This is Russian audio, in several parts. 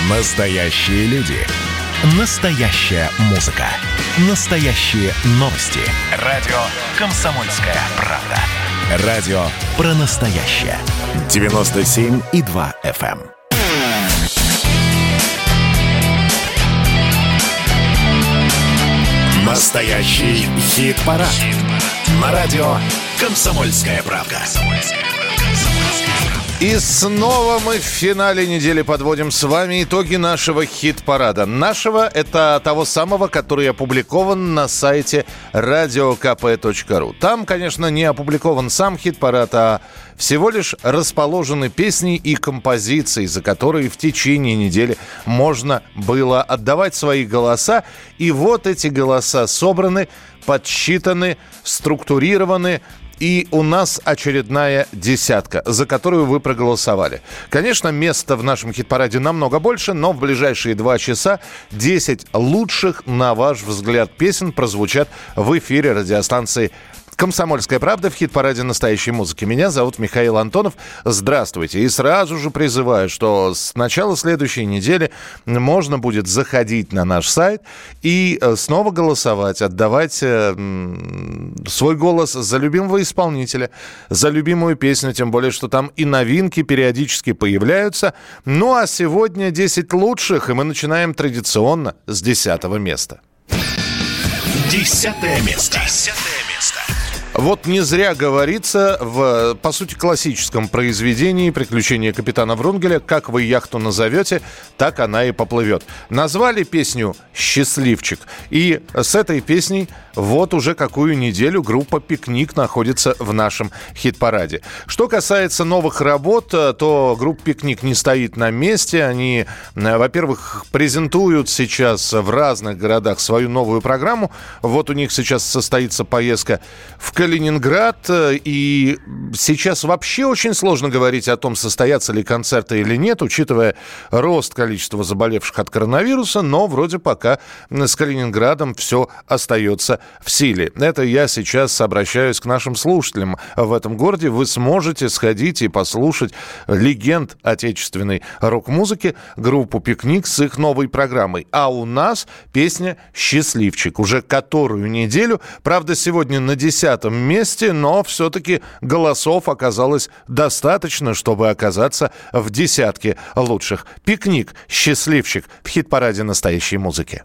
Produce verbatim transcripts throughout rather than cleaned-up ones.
Настоящие люди. Настоящая музыка. Настоящие новости. Радио «Комсомольская правда». Радио про настоящее. девяносто семь и два эф эм. Настоящий хит-парад. На радио «Комсомольская правда». И снова мы в финале недели подводим с вами итоги нашего хит-парада. Нашего — это того самого, который опубликован на сайте радио ка пэ точка ру. Там, конечно, не опубликован сам хит-парад, а всего лишь расположены песни и композиции, за которые в течение недели можно было отдавать свои голоса. И вот эти голоса собраны, подсчитаны, структурированы. И у нас очередная десятка, за которую вы проголосовали. Конечно, места в нашем хит-параде намного больше, но в ближайшие два часа десять лучших, на ваш взгляд, песен прозвучат в эфире радиостанции «Комсомольская правда» в хит-параде настоящей музыки. Меня зовут Михаил Антонов. Здравствуйте. И сразу же призываю, что с начала следующей недели можно будет заходить на наш сайт и снова голосовать, отдавать свой голос за любимого исполнителя, за любимую песню, тем более, что там и новинки периодически появляются. Ну а сегодня десять лучших, и мы начинаем традиционно с десятого места. Десятое место. Десятое место. Вот не зря говорится в, по сути, классическом произведении «Приключения капитана Врунгеля»: как вы яхту назовете, так она и поплывет. Назвали песню «Счастливчик». И с этой песней вот уже какую неделю группа «Пикник» находится в нашем хит-параде. Что касается новых работ, то группа «Пикник» не стоит на месте. Они, во-первых, презентуют сейчас в разных городах свою новую программу. Вот у них сейчас состоится поездка в Калининград, и сейчас вообще очень сложно говорить о том, состоятся ли концерты или нет, учитывая рост количества заболевших от коронавируса, но вроде пока с Калининградом все остается в силе. Это я сейчас обращаюсь к нашим слушателям в этом городе. Вы сможете сходить и послушать легенд отечественной рок-музыки, группу «Пикник» с их новой программой. А у нас песня «Счастливчик» уже которую неделю. Правда, сегодня на десятом месте, но все-таки голосов оказалось достаточно, чтобы оказаться в десятке лучших. «Пикник», «Счастливчик» в хит-параде настоящей музыки.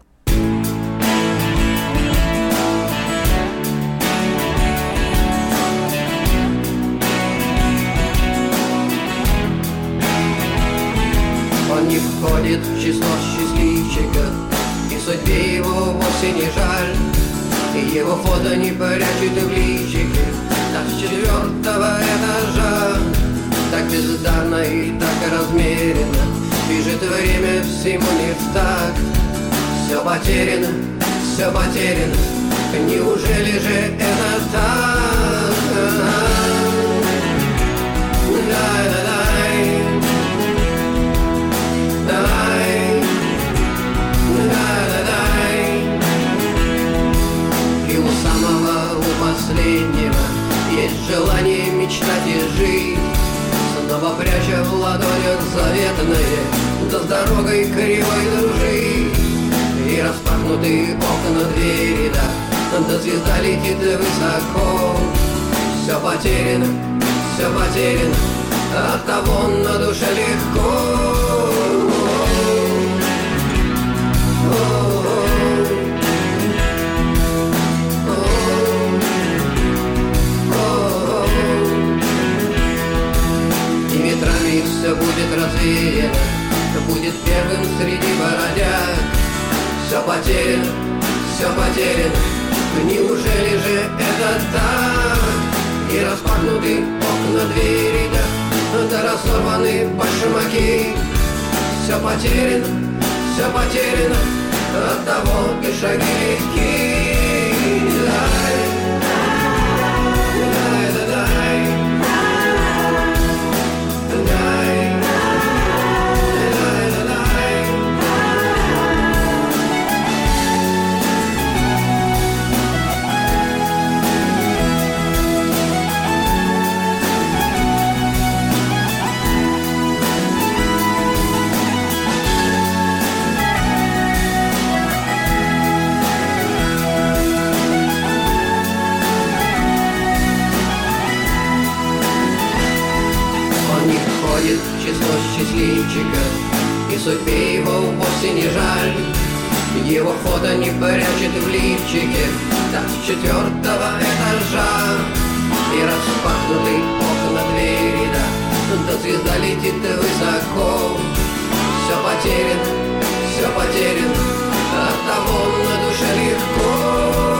Он не входит в число счастливчиков, и судьбе его вовсе не жаль. И его фото не прячет в личике, так с четвертого этажа. Так бездарно и так размеренно бежит время всему не в такт. Все потеряно, все потеряно, неужели же это так? Дай-дай-дай, дай, дай-дай-дай. И у самого, у последнего есть желание мечтать и жить, снова пряча в ладонях заветное, да с дорогой кривой дружить. И распахнутые окна двери, да, да звезда летит высоко. Все потеряно, все потеряно, оттого на душе легко. Все будет развеяно, будет первым среди бродяг. Все потеряно, все потеряно, неужели же это так? И распахнуты окна двери, да, да разорваны башмаки. Все потеряно, все потеряно, оттого и шаги легки. личика, и судьбе его вовсе не жаль. Его фото не прячет в лифчике до четвертого этажа. И распахнуты окна двери, да, да звезда летит высоко. Все потерян, все потерян, оттого на душе легко.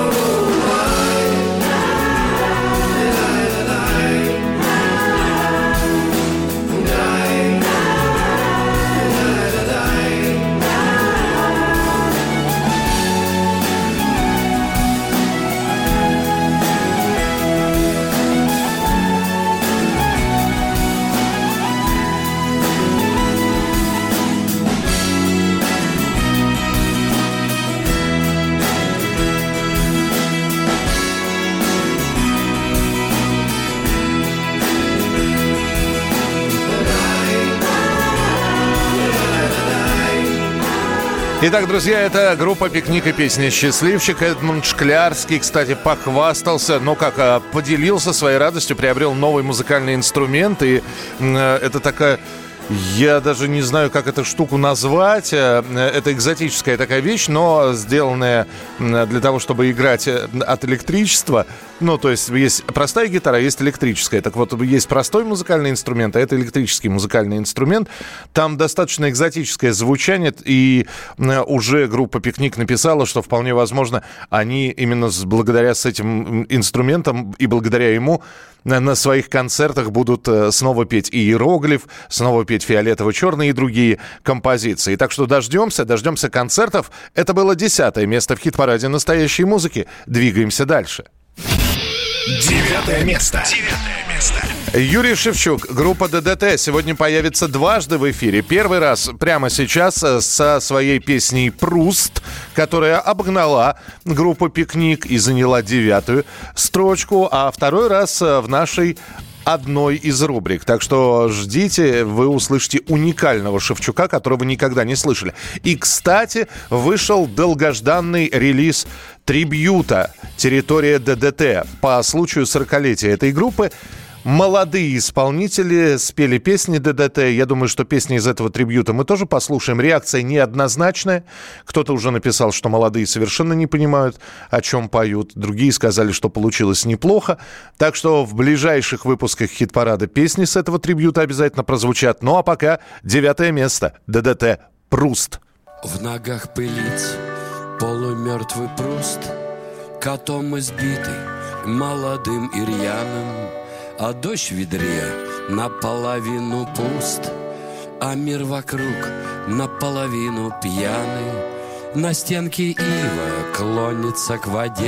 Итак, друзья, это группа «Пикник» и песня «Счастливчик». Эдмунд Шклярский, кстати, похвастался, ну как, поделился своей радостью, приобрел новый музыкальный инструмент. И э, это такая... Я даже не знаю, как эту штуку назвать. Это экзотическая такая вещь, но сделанная для того, чтобы играть от электричества. Ну, то есть есть простая гитара, есть электрическая. Так вот, есть простой музыкальный инструмент, а это электрический музыкальный инструмент. Там достаточно экзотическое звучание, и уже группа «Пикник» написала, что вполне возможно, они именно благодаря с этим инструментом и благодаря ему на своих концертах будут снова петь и «Иероглиф», снова петь «Фиолетово-черный» и другие композиции. Так что дождемся, дождемся концертов. Это было десятое место в хит-параде настоящей музыки. Двигаемся дальше. Девятое место. Девятое место. Юрий Шевчук, группа ДДТ, сегодня появится дважды в эфире. Первый раз прямо сейчас со своей песней «Пруст», которая обогнала группу «Пикник» и заняла девятую строчку, а второй раз в нашей одной из рубрик. Так что ждите, вы услышите уникального Шевчука, которого никогда не слышали. И, кстати, вышел долгожданный релиз трибьюта «Территория ДДТ» по случаю сорокалетия этой группы. Молодые исполнители спели песни ДДТ. Я думаю, что песни из этого трибьюта мы тоже послушаем. Реакция неоднозначная. Кто-то уже написал, что молодые совершенно не понимают, о чем поют. Другие сказали, что получилось неплохо. Так что в ближайших выпусках хит-парада песни с этого трибьюта обязательно прозвучат. Ну а пока девятое место. ДДТ «Пруст». В ногах пылить полумертвый Пруст, котом избитый, молодым и рьяным. А дождь в ведре наполовину пуст, а мир вокруг наполовину пьяный. На стенке ива клонится к воде,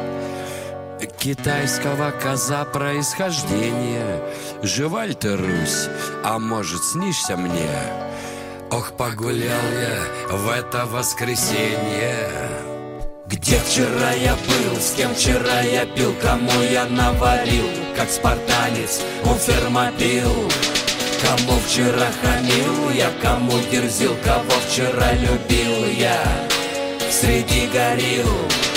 китайского коза происхождения. Жива ли ты, Русь, а может, снишься мне? Ох, погулял я в это воскресенье. Где вчера я был, с кем вчера я пил, кому я наварил, как спартанец у фермопил. Кому вчера хамил я, кому дерзил, кого вчера любил я среди горилл.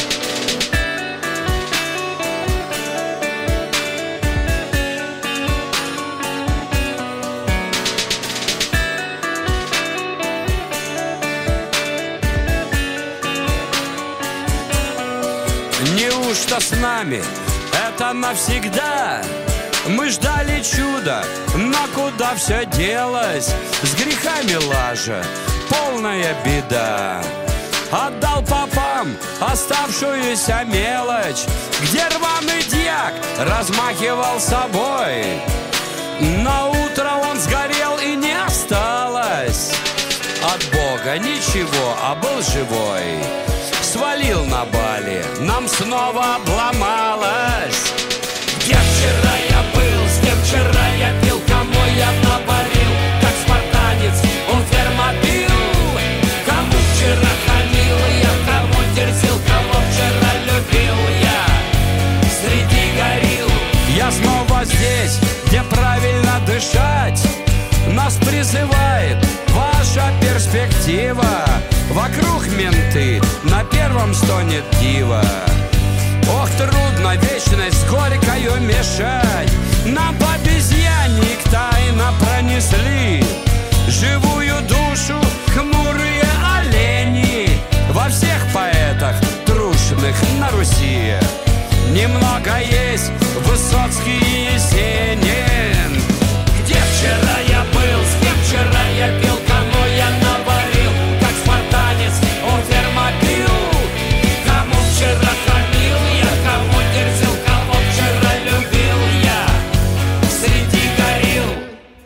Неужто с нами это навсегда? Мы ждали чуда, но куда все делось? С грехами лажа, полная беда. Отдал попам оставшуюся мелочь, где рваный дьяк размахивал собой. На утро он сгорел и не осталось от Бога ничего, а был живой. Свалил на Бали, нам снова обломалось. Где вчера я был, с кем вчера я пил, кому я наварил, как спартанец он фермопил. Кому вчера хамил я, кому дерзил, кого вчера любил я среди горилл. Я снова здесь, где правильно дышать нас призывает ваша перспектива. Вокруг менты, на первом стонет диво. Ох, трудно вечность горькою мешать. Нам по обезьянник тайно пронесли живую душу хмурые олени. Во всех поэтах трушных на Руси немного есть Высоцкий и Есенин. Где вчера я был, с кем вчера я пил, кому я наварил, как спартанец он фермопил. Кому вчера хамил я, кому дерзил, кого вчера любил я среди горилл.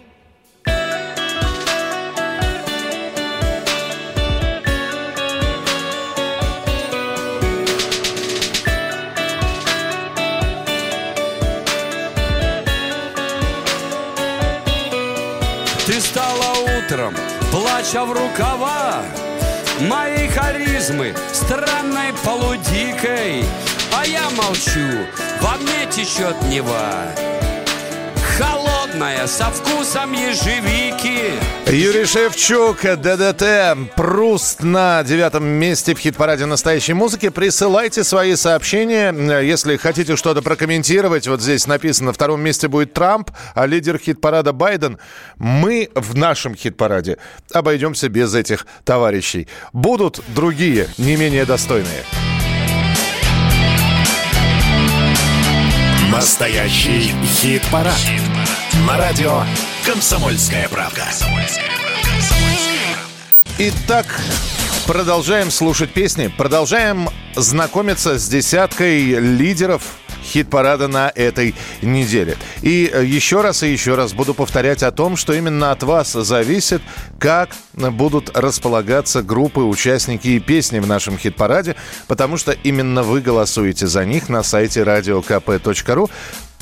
Ты стала утром, плача в рукава моей харизмы странной полудикой, а я молчу, во мне течет Нева, холодная, со вкусом ежевики. Юрий Шевчук, ДДТ, Пруст на девятом месте в хит-параде настоящей музыки. Присылайте свои сообщения, если хотите что-то прокомментировать. Вот здесь написано, на втором месте будет Трамп, а лидер хит-парада Байден. Мы в нашем хит-параде обойдемся без этих товарищей. Будут другие, не менее достойные. Настоящий хит-парад. Хит-парад. На радио «Комсомольская правда». Итак, продолжаем слушать песни. Продолжаем знакомиться с десяткой лидеров хит-парада на этой неделе. И еще раз и еще раз буду повторять о том, что именно от вас зависит, как будут располагаться группы, участники и песни в нашем хит-параде, потому что именно вы голосуете за них на сайте радио ка пэ точка ру.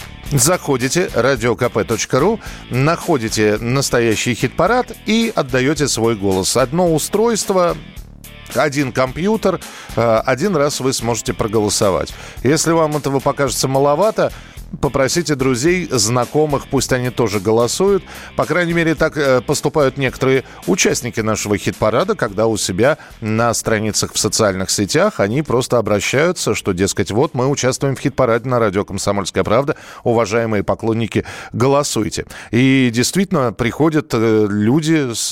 Заходите радио ка пэ точка ру, находите настоящий хит-парад и отдаете свой голос. Одно устройство, один компьютер, один раз вы сможете проголосовать. Если вам этого покажется маловато, попросите друзей, знакомых, пусть они тоже голосуют. По крайней мере, так поступают некоторые участники нашего хит-парада, когда у себя на страницах в социальных сетях они просто обращаются, что, дескать, вот мы участвуем в хит-параде на радио «Комсомольская правда». Уважаемые поклонники, голосуйте. И действительно приходят люди, с,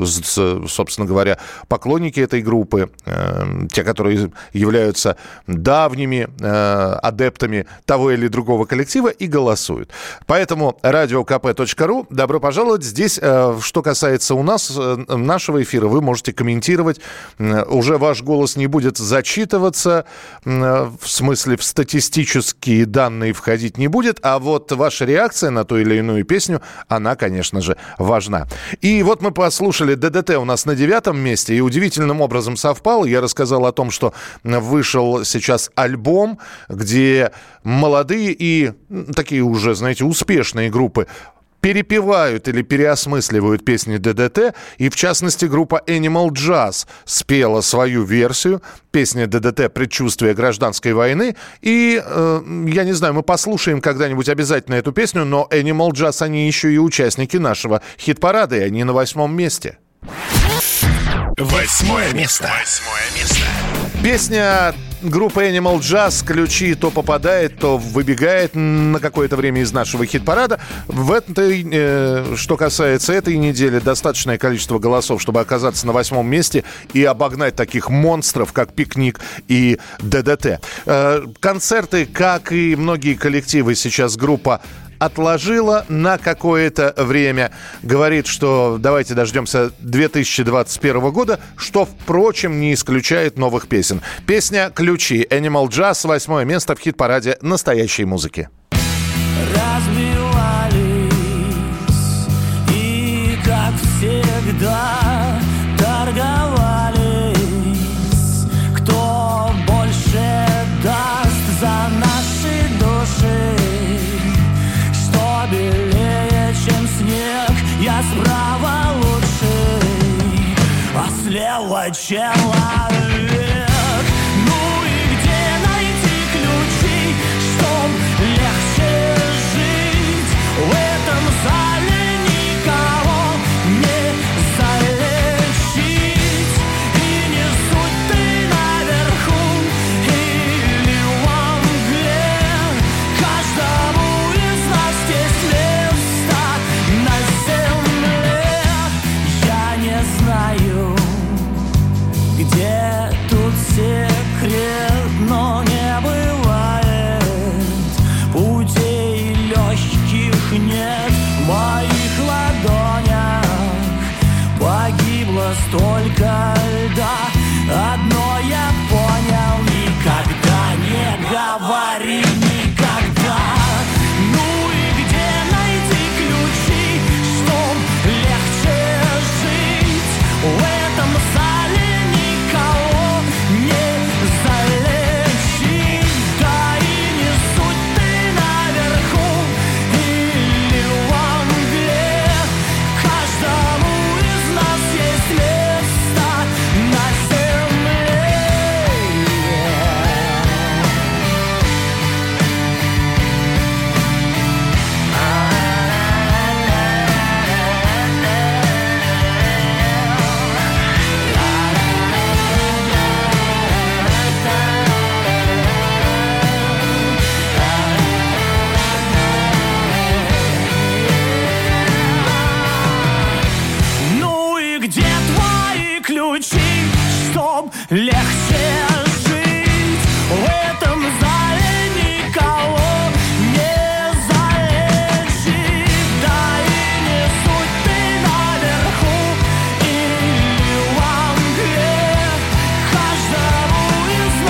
с, собственно говоря, поклонники этой группы, э, те, которые являются давними э, адептами того или другого коллектива, и голосуют. Поэтому радио ка пэ точка ру. Добро пожаловать. Здесь, э, что касается у нас, э, нашего эфира, вы можете комментировать. Э, уже ваш голос не будет зачитываться, э, в смысле в статистические данные входить не будет, а вот ваша реакция на ту или иную песню, она, конечно же, важна. И вот мы послушали ДДТ у нас на девятом месте, и удивительным образом совпало. Я рассказал о том, что вышел сейчас альбом, где молодые и такие уже, знаете, успешные группы перепевают или переосмысливают песни ДДТ. И, в частности, группа Animal Jazz спела свою версию песни ДДТ «Предчувствие гражданской войны». И, э, я не знаю, мы послушаем когда-нибудь обязательно эту песню, но Animal Jazz, они еще и участники нашего хит-парада, и они на восьмом месте. Восьмое место. Восьмое место. Песня группы Animal Jazz «Ключи» то попадает, то выбегает на какое-то время из нашего хит-парада. В этой, э, что касается этой недели, достаточное количество голосов, чтобы оказаться на восьмом месте и обогнать таких монстров, как «Пикник» и ДДТ. Э, концерты, как и многие коллективы, сейчас группа отложила на какое-то время. Говорит, что давайте дождемся две тысячи двадцать первого года, что, впрочем, не исключает новых песен. Песня «Ключи», Animal Jazz, восьмое место в хит-параде настоящей музыки. Размивались и, как всегда, торговались. Кто больше даст за наши души? Белее, чем снег, я справа лучший, а слева человек. Ну и где найти ключи, чтоб легче жить? В этом зале никого не залечить. И не суть ты наверху или во мгле, каждому из нас здесь место на земле. погибло столько льда. Одно я понял: никогда не говори никогда. Ну и где найти ключи, чтоб легче жить? В этом зале никого не залечить. Да и не суть ты наверху или в Англии. Каждому из нас есть место на земле. Ну и где твои ключи, чтоб легче жить? В этом зале никого не залечить. Да и не суть ты наверху или в Англии. Каждому из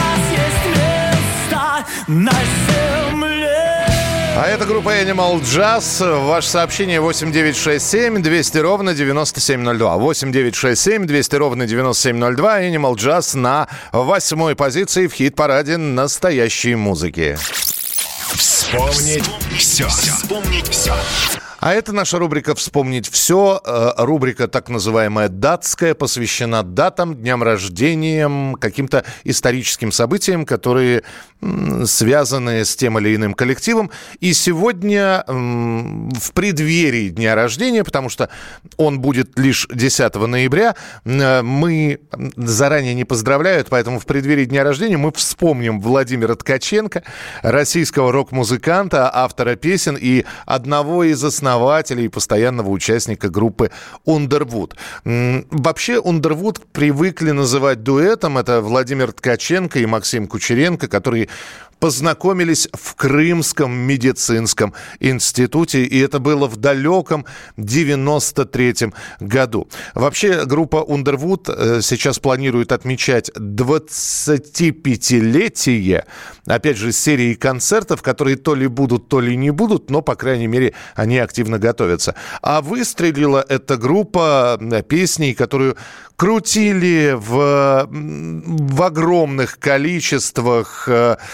нас есть место на земле. А это группа Animal Jazz. Ваше сообщение восемь девятьсот шестьдесят семь двести ровно девяносто семь ноль два. восемь девятьсот шестьдесят семь двести ровно девяносто семь ноль два. Animal Jazz на восьмой позиции в хит-параде настоящей музыки. Вспомнить все. Вспомнить все. А это наша рубрика «Вспомнить все». Рубрика так называемая датская, посвящена датам, дням рождения, каким-то историческим событиям, которые связаны с тем или иным коллективом. И сегодня в преддверии дня рождения, потому что он будет лишь десятого ноября, мы заранее не поздравляют, поэтому в преддверии дня рождения мы вспомним Владимира Ткаченко, российского рок-музыканта, автора песен и одного из основателей и постоянного участника группы Underwood. Вообще Underwood привыкли называть дуэтом. Это Владимир Ткаченко и Максим Кучеренко, которые познакомились в Крымском медицинском институте, и это было в далеком девяносто третьем году. Вообще группа Underwood сейчас планирует отмечать двадцатипятилетие, опять же, серии концертов, которые то ли будут, то ли не будут, но, по крайней мере, они активно готовятся. А выстрелила эта группа песней, которую крутили в, в огромных количествах.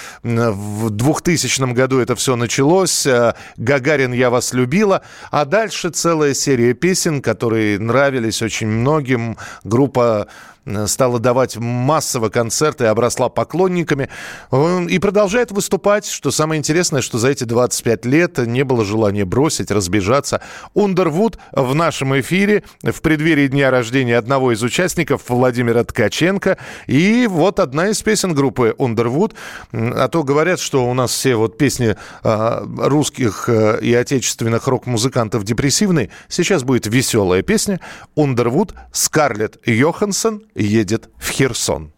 В двухтысячном году это все началось. «Гагарин, я вас любила». А дальше целая серия песен, которые нравились очень многим. Группа стала давать массово концерты, обросла поклонниками и продолжает выступать. Что самое интересное, что за эти двадцать пять лет не было желания бросить, разбежаться. Underwood в нашем эфире в преддверии дня рождения одного из участников, Владимира Ткаченко. И вот одна из песен группы Underwood. А то говорят, что у нас все вот песни э, русских э, и отечественных рок-музыкантов депрессивные. Сейчас будет веселая песня. Underwood, Скарлетт Йоханссон едет в Херсон.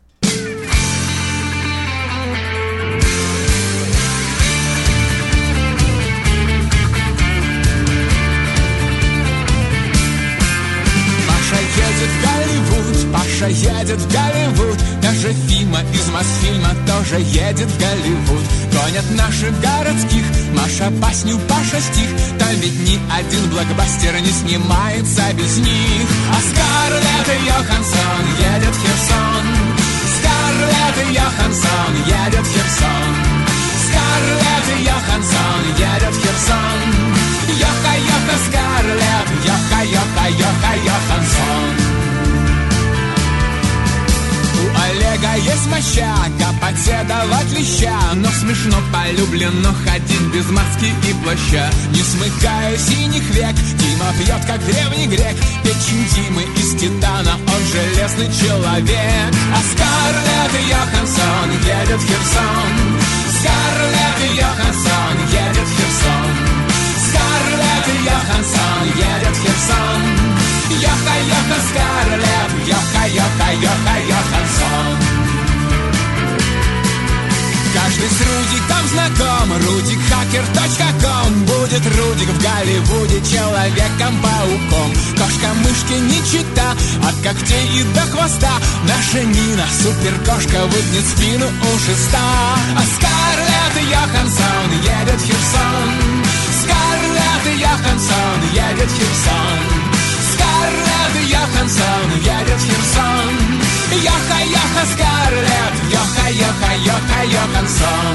Паша едет в Голливуд, даже Фима из Мосфильма тоже едет в Голливуд. Гонят наших городских, Маша басню, Паша стих. Там ведь ни один блокбастер не снимается без них. А Скарлетт Йоханссон едет в Херсон. Скарлетт Йоханссон едет в Херсон. Скарлетт Йоханссон едет в Херсон. Йоха-йоха Скарлетт, йоха-йоха-йоха Йоханссон. У Олега есть мощага, подседовать леща, но смешно полюблено ходить без маски и плаща. Не смыкая синих век, Дима пьет, как древний грек. Печень Димы из титана, он железный человек. А Скарлетт Йоханссон едет в Херсон. Скарлетт Йоханссон едет в Херсон. Скарлетт Йоханссон едет в Херсон. Йоха-йоха Скарлетт, йоха-йоха-йоха Йоханссон. Каждый с Рудиком знаком, рудик хакер точка ком. Будет будет Рудик в Голливуде Человеком-пауком. Кошка-мышки не чита, от когтей и до хвоста. Наша Нина, суперкошка, выгнет спину у шеста. А Скарлетт Йоханссон едет в Херсон. Скарлетт Йоханссон едет в Херсон. Скарлетт Йоханссон едет в Херсон. Йоха-йоха, Скарлетт, йоха-йоха, йоха-йоханссон.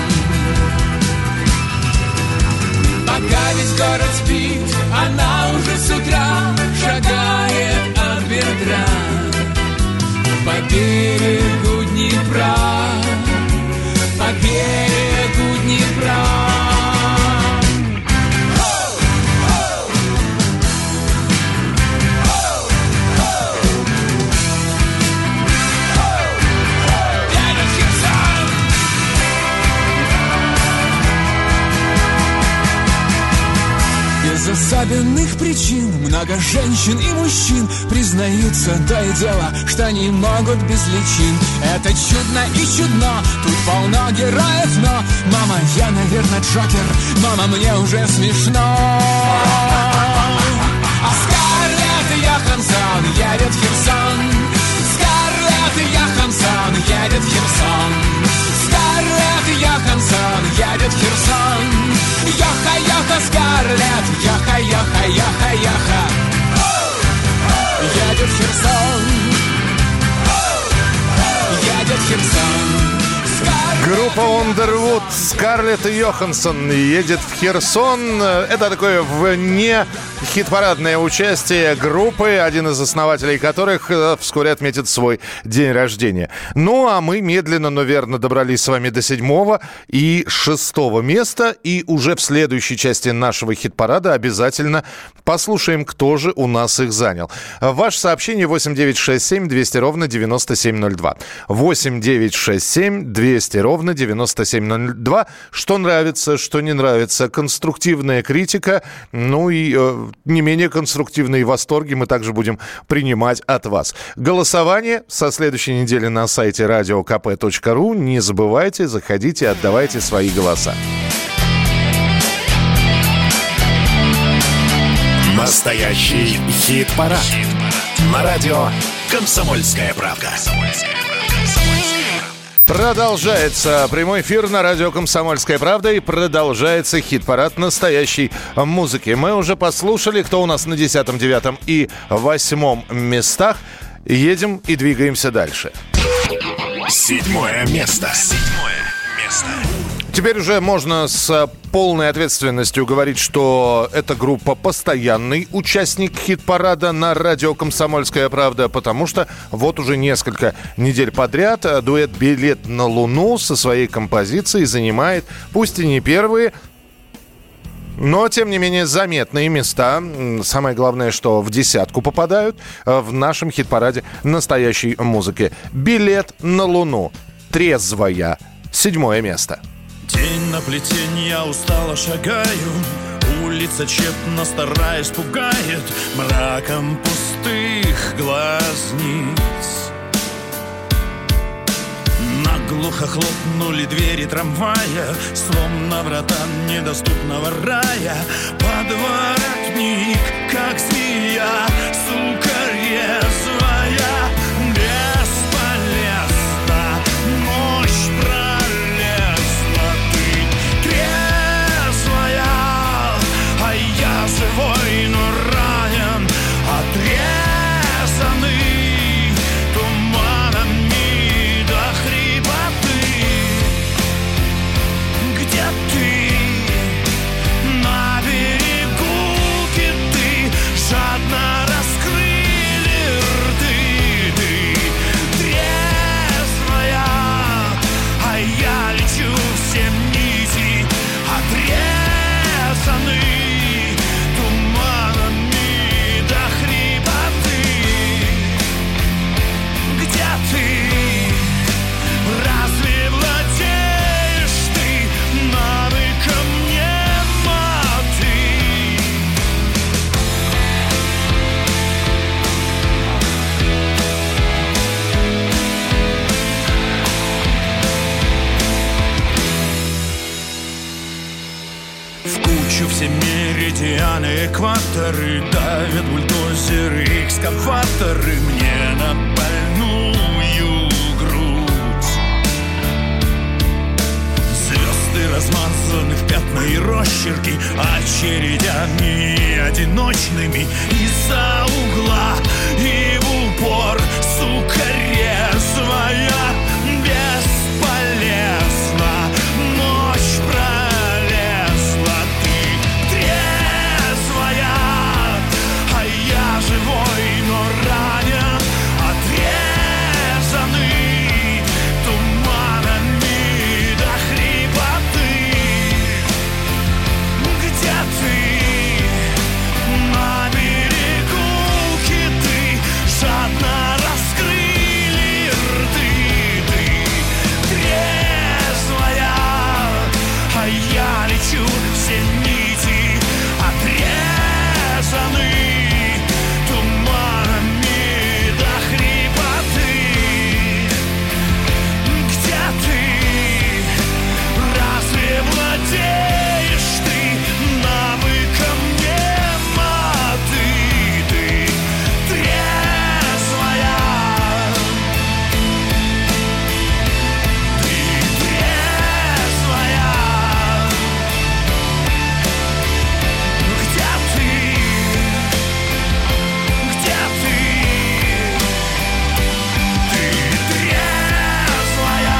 Пока весь город спит, она уже с утра шагает от бедра по берегу Днепра, по берегу Днепра. Без особенных причин много женщин и мужчин признаются, да и дело, что не могут без личин. Это чудно и чудно, тут полно героев, но мама, я, наверное, Джокер, мама, мне уже смешно. А Скарлетт Йоханссон едет в Херсон. Скарлетт Йоханссон едет в Херсон. Скарлетт Йоханссон едет в Херсон. Йоха-йоха, Скарлетт, йоха-йоха, йоха-йоха, едет в Херсон. Едет в Херсон. Группа Underwood, Скарлетт Йоханссон едет в Херсон. Это такое вне хит-парадное участие группы, один из основателей которых вскоре отметит свой день рождения. Ну, а мы медленно, но верно добрались с вами до седьмого и шестого места. И уже в следующей части нашего хит-парада обязательно послушаем, кто же у нас их занял. Ваше сообщение восемь девятьсот шестьдесят семь двести ровно девяносто семь ноль два. восемь девятьсот шестьдесят семь двести ровно девяносто семь ноль два. Что нравится, что не нравится. Конструктивная критика, ну и э, не менее конструктивные восторги мы также будем принимать от вас. Голосование со следующей недели на сайте радио ка пэ точка ру. Не забывайте, заходите, отдавайте свои голоса. Настоящий хит-парад. Хит-парад. На радио «Комсомольская правда». Продолжается прямой эфир на радио «Комсомольская правда» и продолжается хит-парад настоящей музыки. Мы уже послушали, кто у нас на десятом, девятом и восьмом местах. Едем и двигаемся дальше. Седьмое место. Седьмое место. Теперь уже можно с полной ответственностью говорить, что эта группа постоянный участник хит-парада на радио «Комсомольская правда», потому что вот уже несколько недель подряд дуэт «Билет на Луну» со своей композицией занимает, пусть и не первые, но, тем не менее, заметные места. Самое главное, что в десятку попадают в нашем хит-параде настоящей музыки. «Билет на Луну». Трезвая. Седьмое место. День на плетень, я устало шагаю. Улица тщетно стараясь пугает мраком пустых глазниц. Наглухо хлопнули двери трамвая, словно врата недоступного рая. Подворотник, как змея, сука резвая. Бесполезна, мощь пролезла. Ты трезвая, а я живой, но ранен, отрезанный туманами до хрипоты. Где ты? На берегу киты жадно раскрыли рты. Ты трезвая, а я лечу все нити, отрезаны туманами до хрипоты. Где ты? Разве владеешь ты навыком немоты? В кучу все меряют меридианы, экваторы, давят бульдозеры, экскаваторы мне на больную грудь. Звезды размазаны в пятна и росчерки, очередями одиночными из-за угла и в упор, сука, резвая, бесполезна. Ночь пролезла, ты трезвая, а я живой, но ранен, отрезанный туманами до хрипоты. Где ты? На берегу хиты жадно раскрыли рты. Ты трезвая, а я лечу, все нити отрезаны туманами до хрипоты. Где ты? Разве владеешь ты навыком немоты? Ты трезвая, ты трезвая. Где ты? Где ты? Ты трезвая.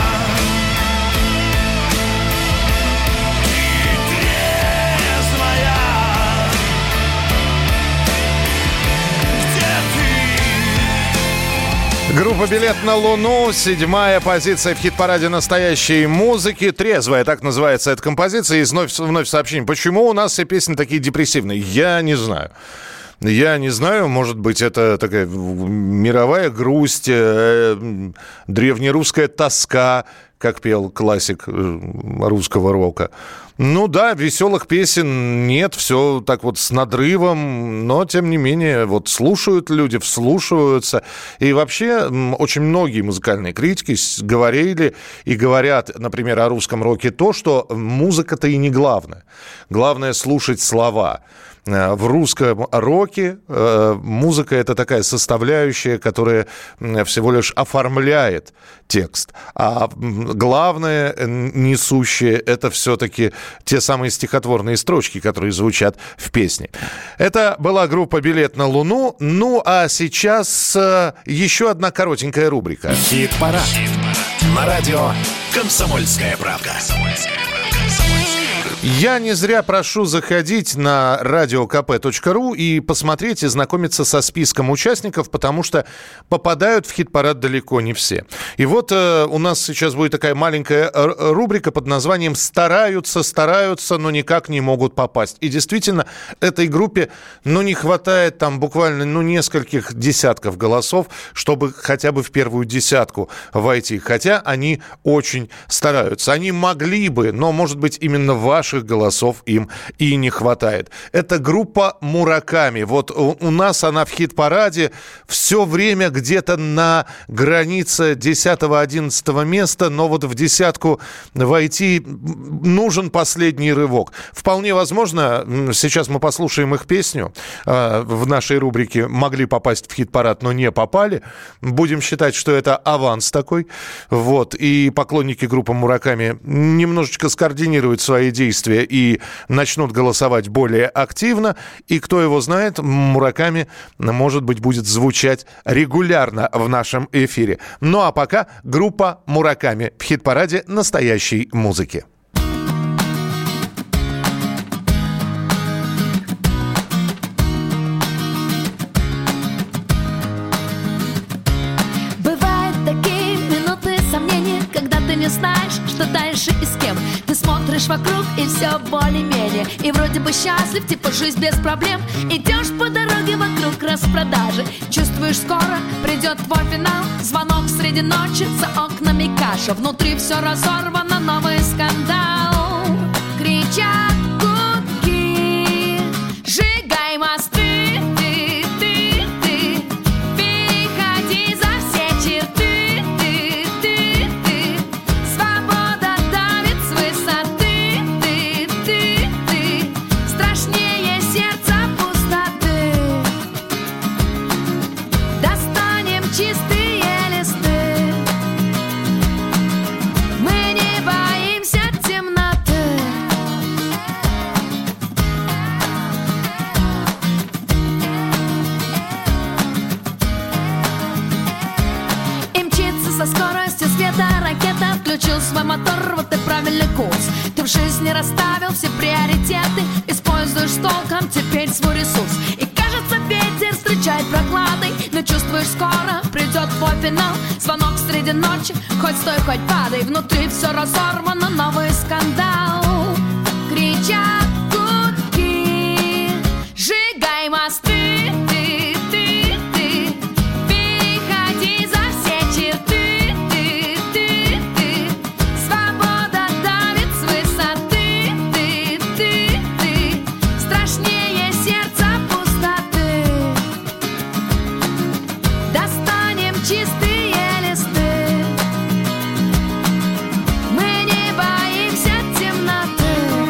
Ты трезвая. Где ты? Группа «Билет на Луну», седьмая позиция в хит-параде настоящей музыки. «Трезвая», так называется эта композиция. И вновь, вновь сообщение. Почему у нас все песни такие депрессивные? Я не знаю. Я не знаю, может быть, это такая мировая грусть, э, древнерусская тоска, как пел классик э, русского рока. Ну да, веселых песен нет, все так вот с надрывом, но тем не менее вот слушают люди, вслушиваются. И вообще м, очень многие музыкальные критики с- говорили и говорят, например, о русском роке то, что музыка-то и не главное. Главное слушать слова. Э, В русском роке э, музыка – это такая составляющая, которая м, всего лишь оформляет текст. А м, главное, э, несущее – это все-таки те самые стихотворные строчки, которые звучат в песне. Это была группа «Билет на Луну». Ну, а сейчас э, еще одна коротенькая рубрика. Хит-парад. На радио «Комсомольская правда». Я не зря прошу заходить на радио ка пэ точка ру и посмотреть и знакомиться со списком участников, потому что попадают в хит-парад далеко не все. И вот э, у нас сейчас будет такая маленькая р- рубрика под названием «Стараются, стараются, но никак не могут попасть». И действительно, этой группе, ну, не хватает там буквально, ну, нескольких десятков голосов, чтобы хотя бы в первую десятку войти. Хотя они очень стараются. Они могли бы, но, может быть, именно ваших голосов им и не хватает. Это группа «Мураками». Вот у, у нас она в хит-параде все время где-то на границе десятого-одиннадцатого места, но вот в десятку войти нужен последний рывок. Вполне возможно, сейчас мы послушаем их песню э, в нашей рубрике «Могли попасть в хит-парад, но не попали». Будем считать, что это аванс такой. Вот. И поклонники группы «Мураками» немножечко скоординируют свои действия и начнут голосовать более активно. И кто его знает, «Мураками», может быть, будет звучать регулярно в нашем эфире. Ну а пока группа «Мураками» в хит-параде настоящей музыки. Бывают такие минуты сомнения, когда ты не знаешь, что дальше и с кем. Ты смотришь вокруг и все более-менее, и вроде бы счастлив, типа жизнь без проблем. Идешь по дороге вокруг распродажи, чувствуешь, скоро придет твой финал. Звонок среди ночи, за окнами каша, внутри все разорвано, новый скандал. Кричат гудки, сжигай мосты, ты, ты, ты, переходи за все черты, ты, ты, ты, свобода давит с высоты, ты, ты, ты, страшнее чистые листы. Мы не боимся темноты. И мчится со скоростью света ракета. Включил свой мотор, вот и правильный курс. Ты в жизни расставил все приоритеты. Используешь с толком теперь свой ресурс. И кажется, ветер встречает прохладой, но чувствуешь, скоро придет твой финал. Звонок среди ночи, хоть стой, хоть падай. Внутри все разорвано, новый скандал. Кричат гудки, сжигай мосты. Ты, ты, ты, переходи за все черты. Ты, ты, ты, свобода давит с высоты. Ты, ты, ты, страшнее сердца пустоты. Достанем чистые листы. Мы не боимся темноты.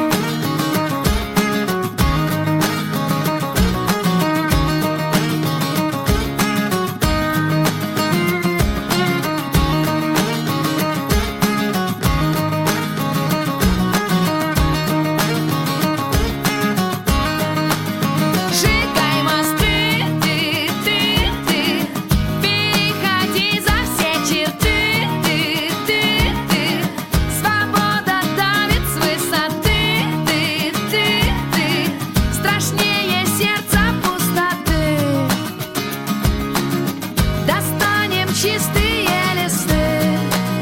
Сжигай мосты. Ты, ты, ты, переходи за все черты. Ты, ты, ты, свобода давит с высоты. Ты, ты, ты, страшнее сердца пустоты. Достанем чистые листы.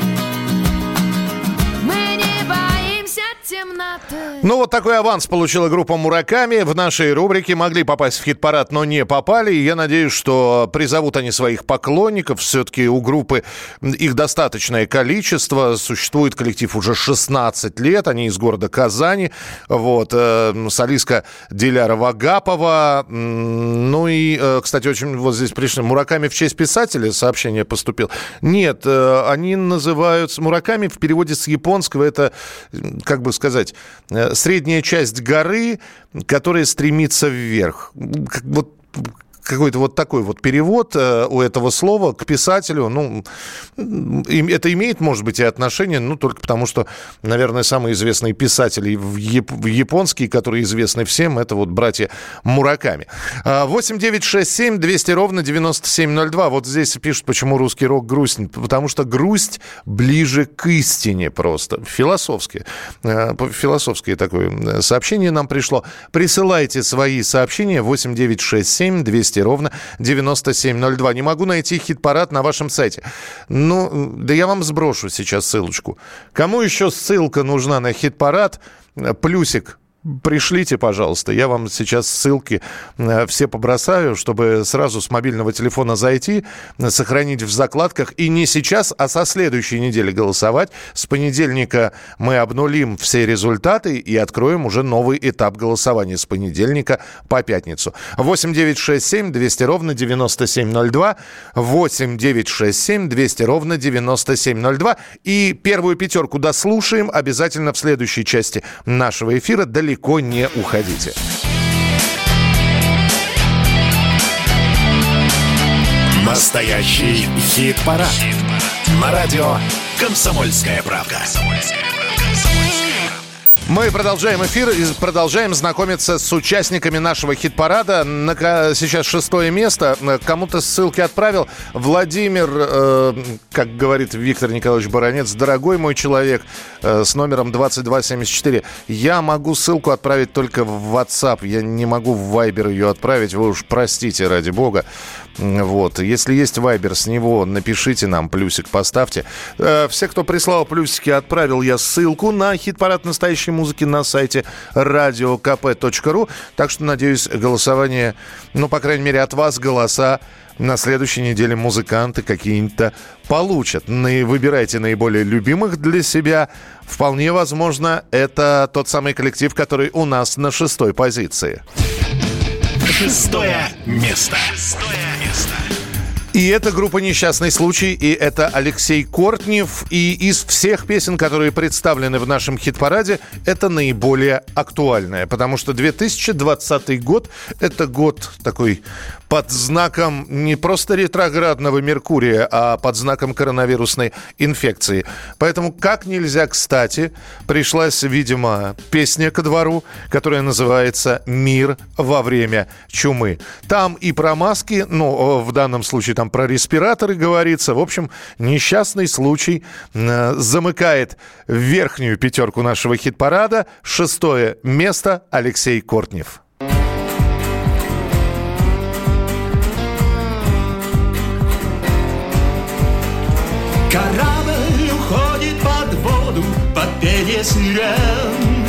Мы не боимся темноты. Ну, вот такой аванс получила группа «Мураками». В нашей рубрике могли попасть в хит-парад, но не попали. И я надеюсь, что призовут они своих поклонников. Все-таки у группы их достаточное количество. Существует коллектив уже шестнадцать лет. Они из города Казани. Вот. Э, солистка Диляра Вагапова. М, Ну и, э, кстати, очень вот здесь пришли «Мураками» в честь писателя. Сообщение поступило. Нет, э, они называются «Мураками». В переводе с японского это, м, как бы сказать, э, средняя часть горы, которая стремится вверх. Как, вот, какой-то вот такой вот перевод э, у этого слова к писателю. Ну, им, это имеет, может быть, и отношение, ну, только потому что, наверное, самые известные писатели в, яп- в японские, которые известны всем, это вот братья Мураками. восемь девятьсот шестьдесят семь двести ровно девяносто семь ноль два. Вот здесь пишут, почему русский рок грустен. Потому что грусть ближе к истине просто. Философское. Э, философское такое сообщение нам пришло. Присылайте свои сообщения восемь девятьсот шестьдесят семь двести ровно девяносто семь ноль два. Не могу найти хит-парад на вашем сайте. Ну, да я вам сброшу сейчас ссылочку. Кому еще ссылка нужна на хит-парад? Плюсик. Пришлите, пожалуйста. Я вам сейчас ссылки э, все побросаю, чтобы сразу с мобильного телефона зайти, сохранить в закладках. И не сейчас, а со следующей недели голосовать. С понедельника мы обнулим все результаты и откроем уже новый этап голосования с понедельника по пятницу. восемь девятьсот шестьдесят семь двести ровно девяносто семь ноль два. восемь девятьсот шестьдесят семь двести ровно девяносто семь ноль два. И первую пятерку дослушаем обязательно в следующей части нашего эфира. Далеко не уходите. Настоящий хит-парад. Хит-парад. На радио «Комсомольская правда». Мы продолжаем эфир и продолжаем знакомиться с участниками нашего хит-парада. На, сейчас шестое место. Кому-то ссылки отправил. Владимир, э, как говорит Виктор Николаевич Баранец, дорогой мой человек, э, с номером двадцать два семьдесят четыре. Я могу ссылку отправить только в WhatsApp. Я не могу в Viber ее отправить. Вы уж простите, ради бога. Вот. Если есть Viber, с него напишите нам, плюсик поставьте. Э, все, кто прислал плюсики, отправил я ссылку на хит-парад настоящей музыки на сайте радио ка пэ точка ру. Так что, надеюсь, голосование, ну, по крайней мере, от вас голоса на следующей неделе музыканты какие-то получат. Ну, выбирайте наиболее любимых для себя. Вполне возможно, это тот самый коллектив, который у нас на шестой позиции. Шестое место. Шестое место. И это группа «Несчастный случай», и это Алексей Кортнев. И из всех песен, которые представлены в нашем хит-параде, это наиболее актуальная. Потому что две тысячи двадцатый год – это год такой под знаком не просто ретроградного Меркурия, а под знаком коронавирусной инфекции. Поэтому как нельзя кстати пришлась, видимо, песня ко двору, которая называется «Мир во время чумы». Там и про маски, ну, в данном случае там про респираторы говорится. В общем, несчастный случай э, замыкает верхнюю пятерку нашего хит-парада. Шестое место — Алексей Кортнев. Корабль уходит под воду, под пение сирен.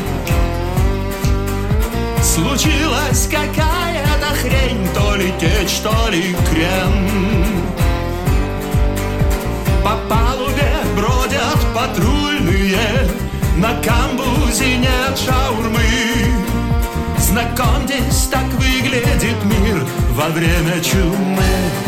Случилась какая-то хрень, то ли течь, то ли крен. По палубе бродят патрульные, на камбузе нет шаурмы. Знакомьтесь, так выглядит мир во время чумы.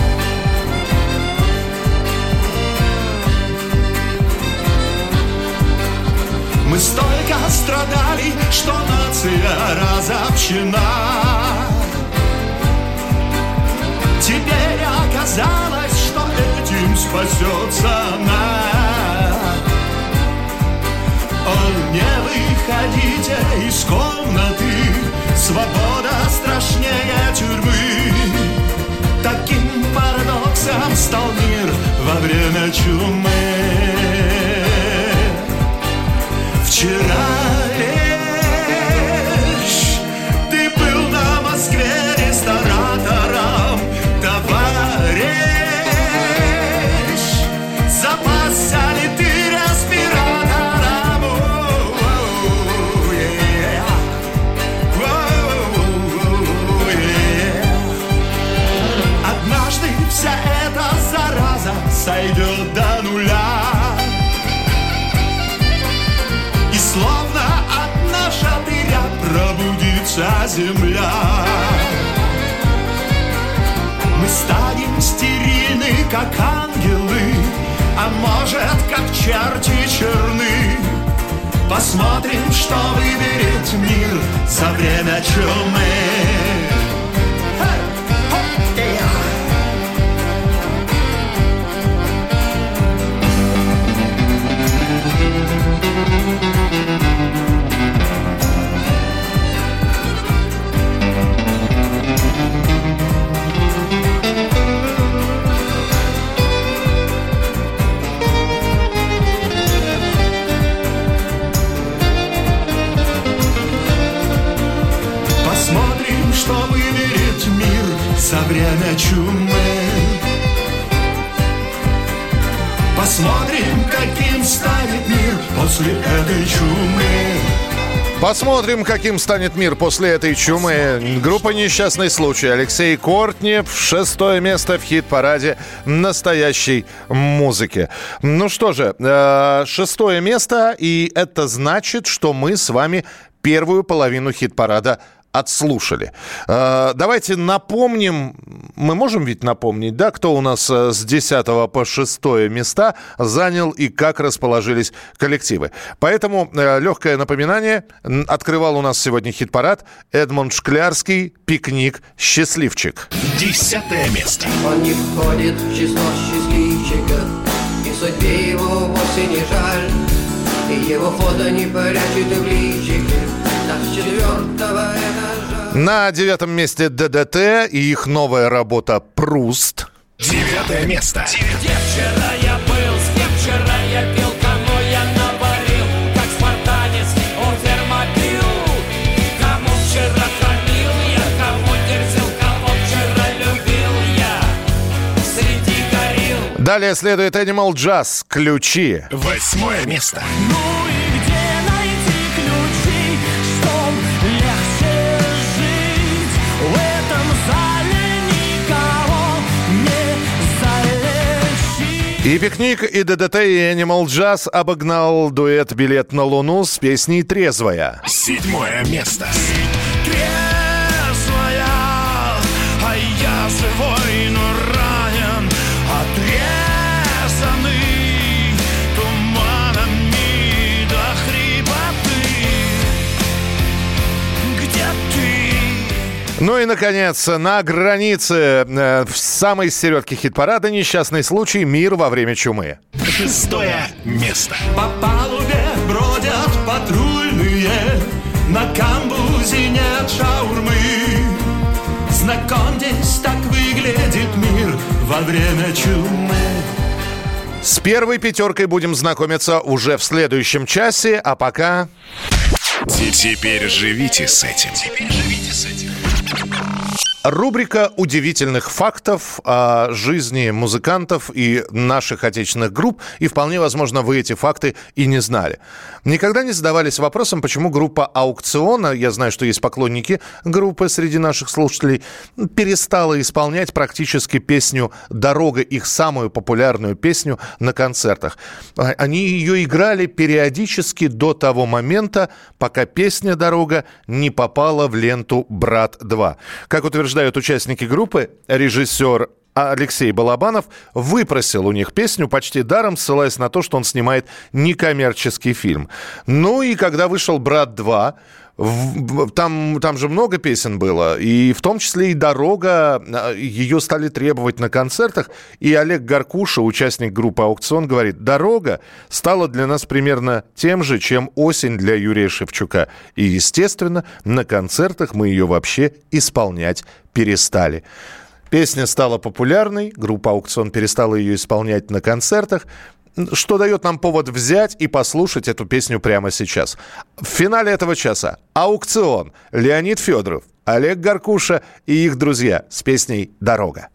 Мы столько страдали, что нация разобщена. Теперь оказалось, что этим спасется она. О, не выходите из комнаты, свобода страшнее тюрьмы. Таким парадоксом стал мир во время чумы. Вчера лишь ты был на Москве ресторатором, товарищ. Запасся ли ты респиратором? Oh, yeah. Oh, yeah. Однажды вся эта зараза сойдет до нуля. Словно от нашатыря пробудится земля. Мы станем стерильны, как ангелы, а может, как черти черны. Посмотрим, что выберет мир за время чумы. За время чумы. Посмотрим, каким станет мир после этой чумы. Посмотрим, каким станет мир после этой чумы. Группа «Несчастный случай». Алексей Кортнев. Шестое место в хит-параде настоящей музыки. Ну что же, шестое место. И это значит, что мы с вами первую половину хит-парада отслушали. Давайте напомним, мы можем ведь напомнить, да, кто у нас с десятого по шестое места занял и как расположились коллективы. Поэтому легкое напоминание. Открывал у нас сегодня хит-парад Эдмунд Шклярский, «Пикник. Счастливчик». Десятое место. Он не входит в число счастливчиков, и судьбе его вовсе не жаль, и его фото не прячет в личике с четвертого этажа. На девятом месте ДДТ и их новая работа «Пруст». Девятое место. Где вчера я был, с кем вчера я пил, кому я наварил, как спартанец, он фермопил. Кому вчера хамил я, кому дерзил, кого вчера любил я, среди горил. Далее следует Animal Jazz «Ключи». Восьмое место. Ну и где найти ключи, чтоб легче жить? В этом зале никого не залечить. И «Пикник», и ДДТ, и Animal Jazz обогнал дуэт «Билет на Луну» с песней «Трезвая». Седьмое место. Трезвая, а я живой, но ранен. Ну и, наконец, на границе э, в самой середке хит-парада несчастный случай «Мир во время чумы». Шестое место. По палубе бродят патрульные, на камбузе нет шаурмы. Знакомьтесь, так выглядит мир во время чумы. С первой пятеркой будем знакомиться уже в следующем часе, а пока... Теперь живите с этим. Теперь живите с этим. Рубрика удивительных фактов о жизни музыкантов и наших отечественных групп. И вполне возможно, вы эти факты и не знали. Никогда не задавались вопросом, почему группа «Аукцион», я знаю, что есть поклонники группы среди наших слушателей, перестала исполнять практически песню «Дорога», их самую популярную песню, на концертах. Они ее играли периодически до того момента, пока песня «Дорога» не попала в ленту «Брат-два». Как утверждают участники группы, режиссер Алексей Балабанов выпросил у них песню почти даром, ссылаясь на то, что он снимает некоммерческий фильм. Ну и когда вышел «Брат-два», там, там же много песен было, и в том числе и «Дорога», ее стали требовать на концертах, и Олег Гаркуша, участник группы «Аукцион», говорит: «Дорога стала для нас примерно тем же, чем осень для Юрия Шевчука, и, естественно, на концертах мы ее вообще исполнять перестали». Песня стала популярной, группа «Аукцион» перестала ее исполнять на концертах, что дает нам повод взять и послушать эту песню прямо сейчас. В финале этого часа «Аукцион», Леонид Федоров, Олег Гаркуша и их друзья с песней «Дорога».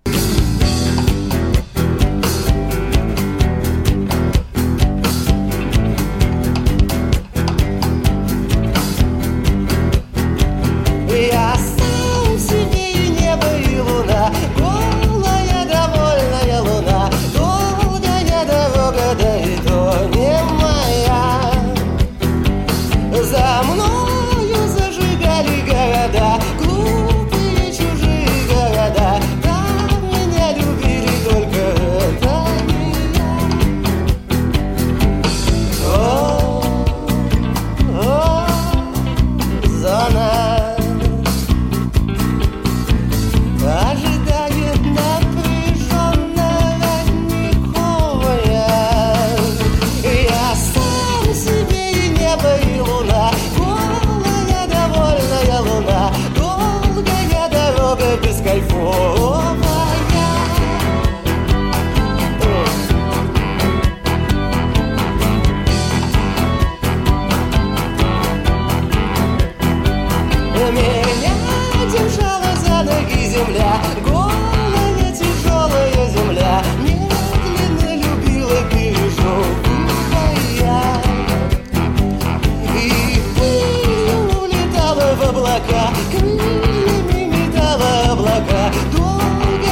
Крыльями металла облака, долго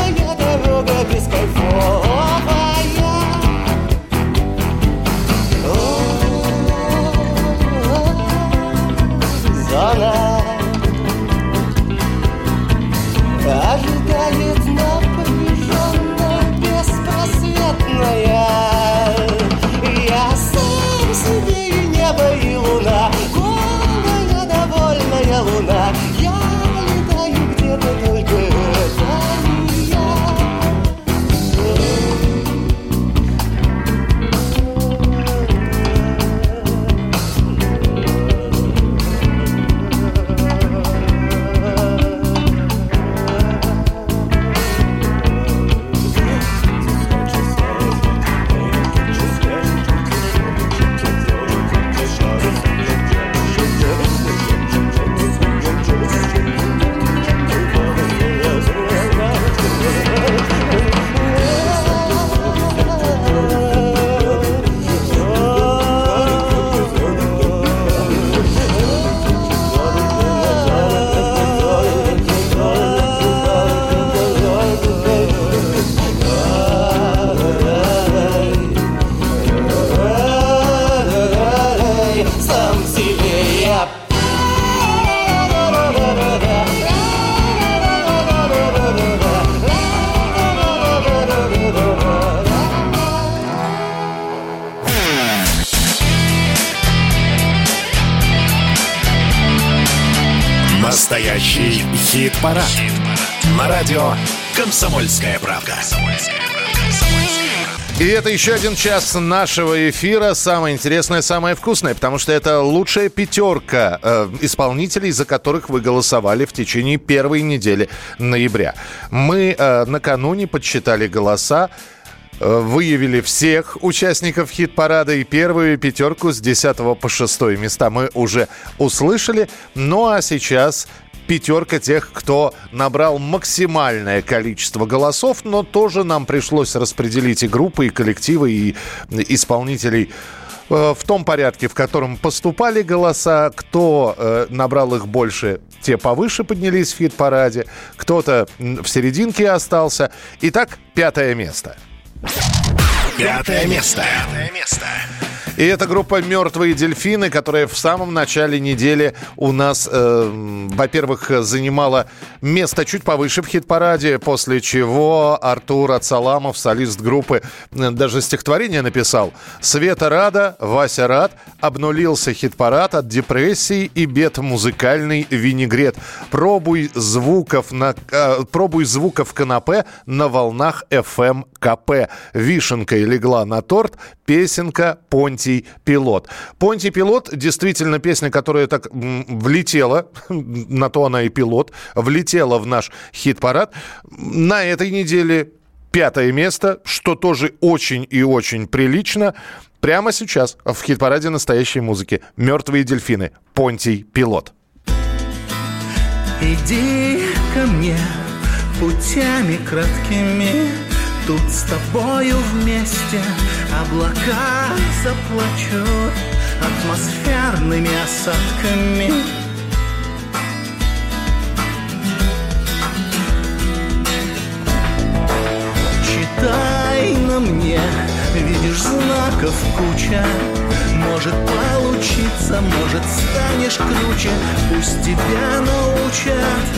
Настоящий хит-парад. Хит-парад. На радио «Комсомольская правда». И это еще один час нашего эфира. Самое интересное, самое вкусное, потому что это лучшая пятерка э, исполнителей, за которых вы голосовали в течение первой недели ноября. Мы э, накануне подсчитали голоса, э, выявили всех участников хит-парада, и первую пятерку с десятого по шестое места мы уже услышали. Ну а сейчас... пятерка тех, кто набрал максимальное количество голосов, но тоже нам пришлось распределить и группы, и коллективы, и исполнителей э, в том порядке, в котором поступали голоса. Кто э, набрал их больше, те повыше поднялись в хит-параде, кто-то в серединке остался. Итак, пятое место. Пятое место. Пятое место. И это группа «Мертвые дельфины», которая в самом начале недели у нас, э, во-первых, занимала место чуть повыше в хит-параде, после чего Артур Ацаламов, солист группы, даже стихотворение написал. «Света рада, Вася рад, обнулился хит-парад от депрессии и бед, музыкальный винегрет. Пробуй звуков, на, э, пробуй звуков канапе на волнах эф эм ка пэ. Вишенкой легла на торт песенка «Понтий Пилот». «Понтий Пилот» действительно песня, которая так м, влетела, на то она и пилот, влетела в наш хит-парад. На этой неделе пятое место, что тоже очень и очень прилично. Прямо сейчас в хит-параде настоящей музыки «Мертвые дельфины», «Понтий Пилот». Иди ко мне путями краткими, тут с тобою вместе облака заплачут атмосферными осадками. Читай на мне, видишь, знаков куча. Может получиться, может станешь круче, пусть тебя научат.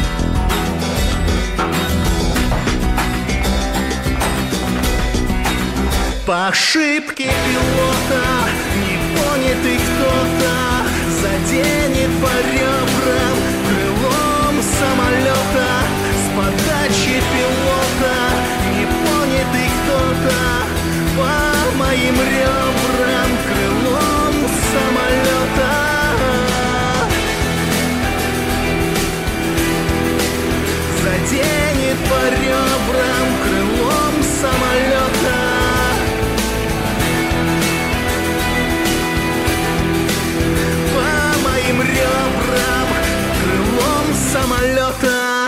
По ошибке пилота непонятый кто-то заденет по ребрам крылом самолета. С подачи пилота непонятый кто-то по моим ребрам крылом самолета. Заденет по ребрам крылом самолета. Ребрам, крылом самолета.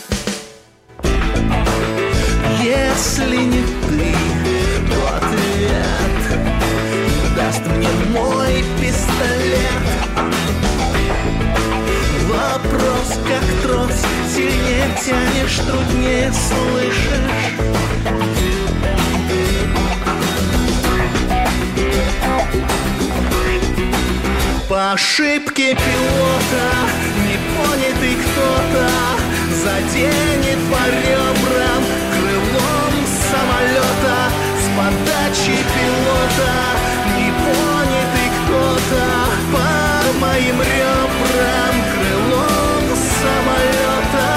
Если не ты, то ответ даст мне мой пистолет. Вопрос как трос, сильнее тянешь, труднее слышишь. По ошибке пилота непонятый кто-то заденет по ребрам крылом самолета. С подачи пилота непонятый кто-то по моим ребрам крылом самолета.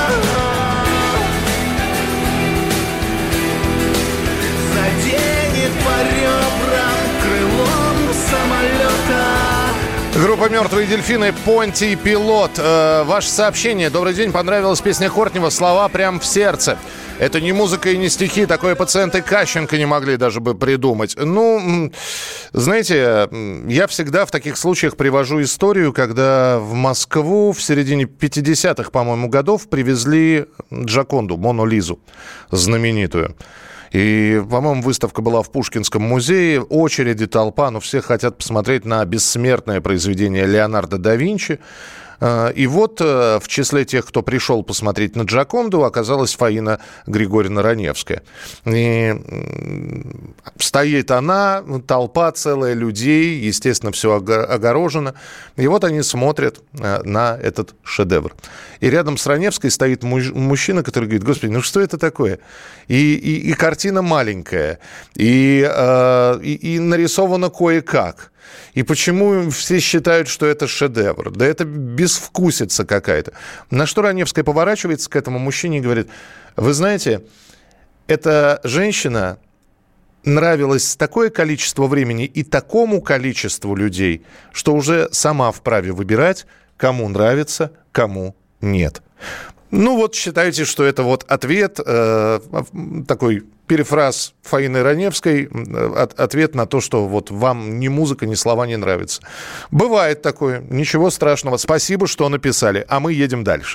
Заденет по ребрам крылом самолета. Группа «Мертвые дельфины», «Понтий Пилот». Э, ваше сообщение. Добрый день. Понравилась песня Хортнева. Слова прям в сердце. Это не музыка и не стихи. Такое пациенты Кащенко не могли даже бы придумать. Ну, знаете, я всегда в таких случаях привожу историю, когда в Москву в середине пятидесятых, по-моему, годов привезли Джоконду, Мону Лизу, знаменитую. И, по-моему, выставка была в Пушкинском музее. Очереди, толпа, ну, все хотят посмотреть на бессмертное произведение Леонардо да Винчи. И вот в числе тех, кто пришел посмотреть на Джоконду, оказалась Фаина Григорьевна Раневская. И Стоит она, толпа целая людей, естественно, все огорожено. И вот они смотрят на этот шедевр. И рядом с Раневской стоит мужчина, который говорит: господи, ну что это такое? И, и, и картина маленькая, и, э, и, и нарисовано кое-как. И почему все считают, что это шедевр? Да это безвкусица какая-то. На что Раневская поворачивается к этому мужчине и говорит: вы знаете, эта женщина нравилась такое количество времени и такому количеству людей, что уже сама вправе выбирать, кому нравится, кому нет. Ну вот считайте, что это вот ответ, э, такой перефраз Фаины Раневской, от, ответ на то, что вот вам ни музыка, ни слова не нравятся. Бывает такое, ничего страшного. Спасибо, что написали, а мы едем дальше.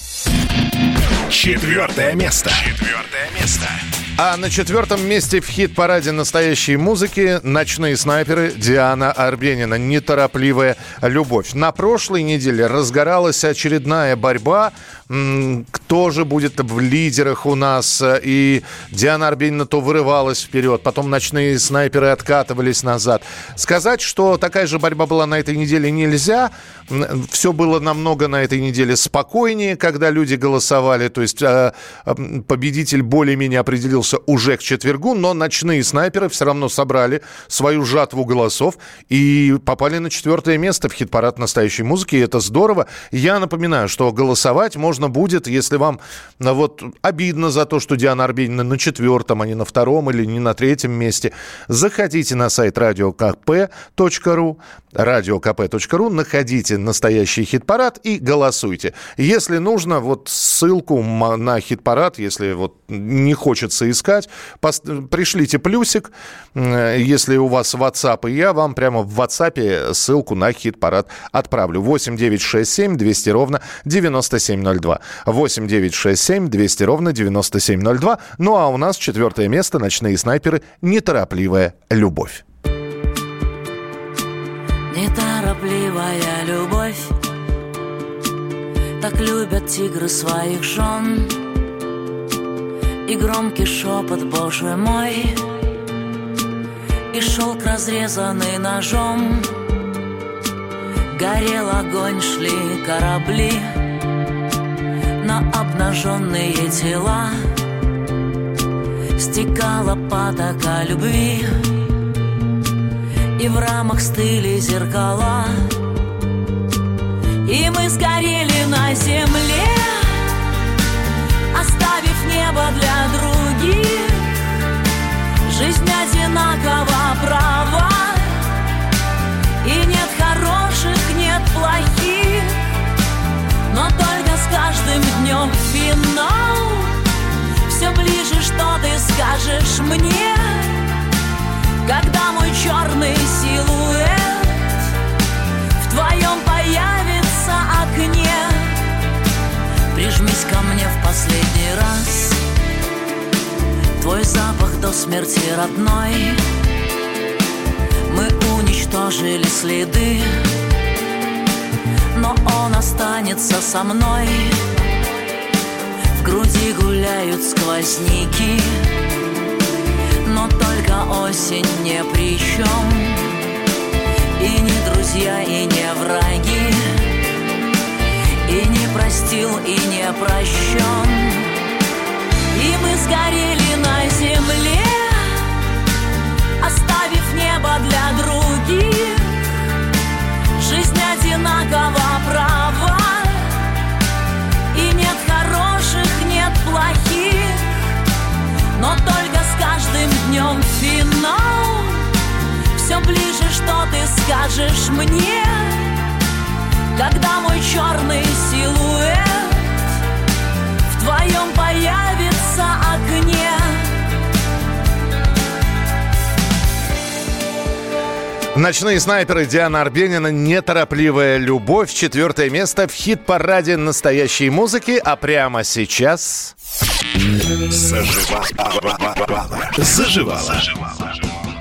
Четвертое место. Четвертое место. А на четвертом месте в хит-параде настоящей музыки «Ночные снайперы», Диана Арбенина, «Неторопливая любовь». На прошлой неделе разгоралась очередная борьба. Кто же будет в лидерах у нас? И Диана Арбенина то вырывалась вперед, потом «Ночные снайперы» откатывались назад. Сказать, что такая же борьба была на этой неделе, нельзя. Все было намного на этой неделе спокойнее, когда люди голосовали. То есть победитель более-менее определился уже к четвергу, но «Ночные снайперы» все равно собрали свою жатву голосов и попали на четвертое место в хит-парад настоящей музыки, и это здорово. Я напоминаю, что голосовать можно будет, если вам вот обидно за то, что Диана Арбенина на четвертом, а не на втором или не на третьем месте. Заходите на сайт радио ка пэ точка ру, радио ка пэ точка ру, находите настоящий хит-парад и голосуйте. Если нужно, вот ссылку на хит-парад, если вот не хочется искать, пришлите плюсик, если у вас WhatsApp, и я вам прямо в WhatsApp ссылку на хит-парад отправлю. восемь девятьсот шестьдесят семь двести ровно девяносто семь ноль два. восемь девятьсот шестьдесят семь двести ровно девяносто семь ноль два. Ну а у нас четвертое место «Ночные снайперы», «Неторопливая любовь». Неторопливая любовь, так любят тигры своих жен. И громкий шепот, Боже мой, и шелк, разрезанный ножом. Горел огонь, шли корабли на обнаженные тела. Стекала потока любви, и в рамах стыли зеркала. И мы сгорели на земле, оставив небо для других. Жизнь одинакова права, и нет хороших, нет плохих. Но только с каждым днем финал. Все ближе, что ты скажешь мне, когда мой черный силуэт в твоем появится окне. Прижмись ко мне в последний раз, твой запах до смерти родной. Мы уничтожили следы, но он останется со мной. В груди гуляют сквозняки, но только осень ни при чем. И не друзья, и не враги, и не простил, и не прощен. И мы сгорели на земле, оставив небо для других. Жизнь одинакова права, и нет хороших, нет плохих. Но только с каждым днем финал. Все ближе, что ты скажешь мне, когда мой черный силуэт в твоем появится окне. «Ночные снайперы», Диана Арбенина, «Неторопливая любовь». Четвертое место в хит-параде настоящей музыки. А прямо сейчас... Заживала. Заживала.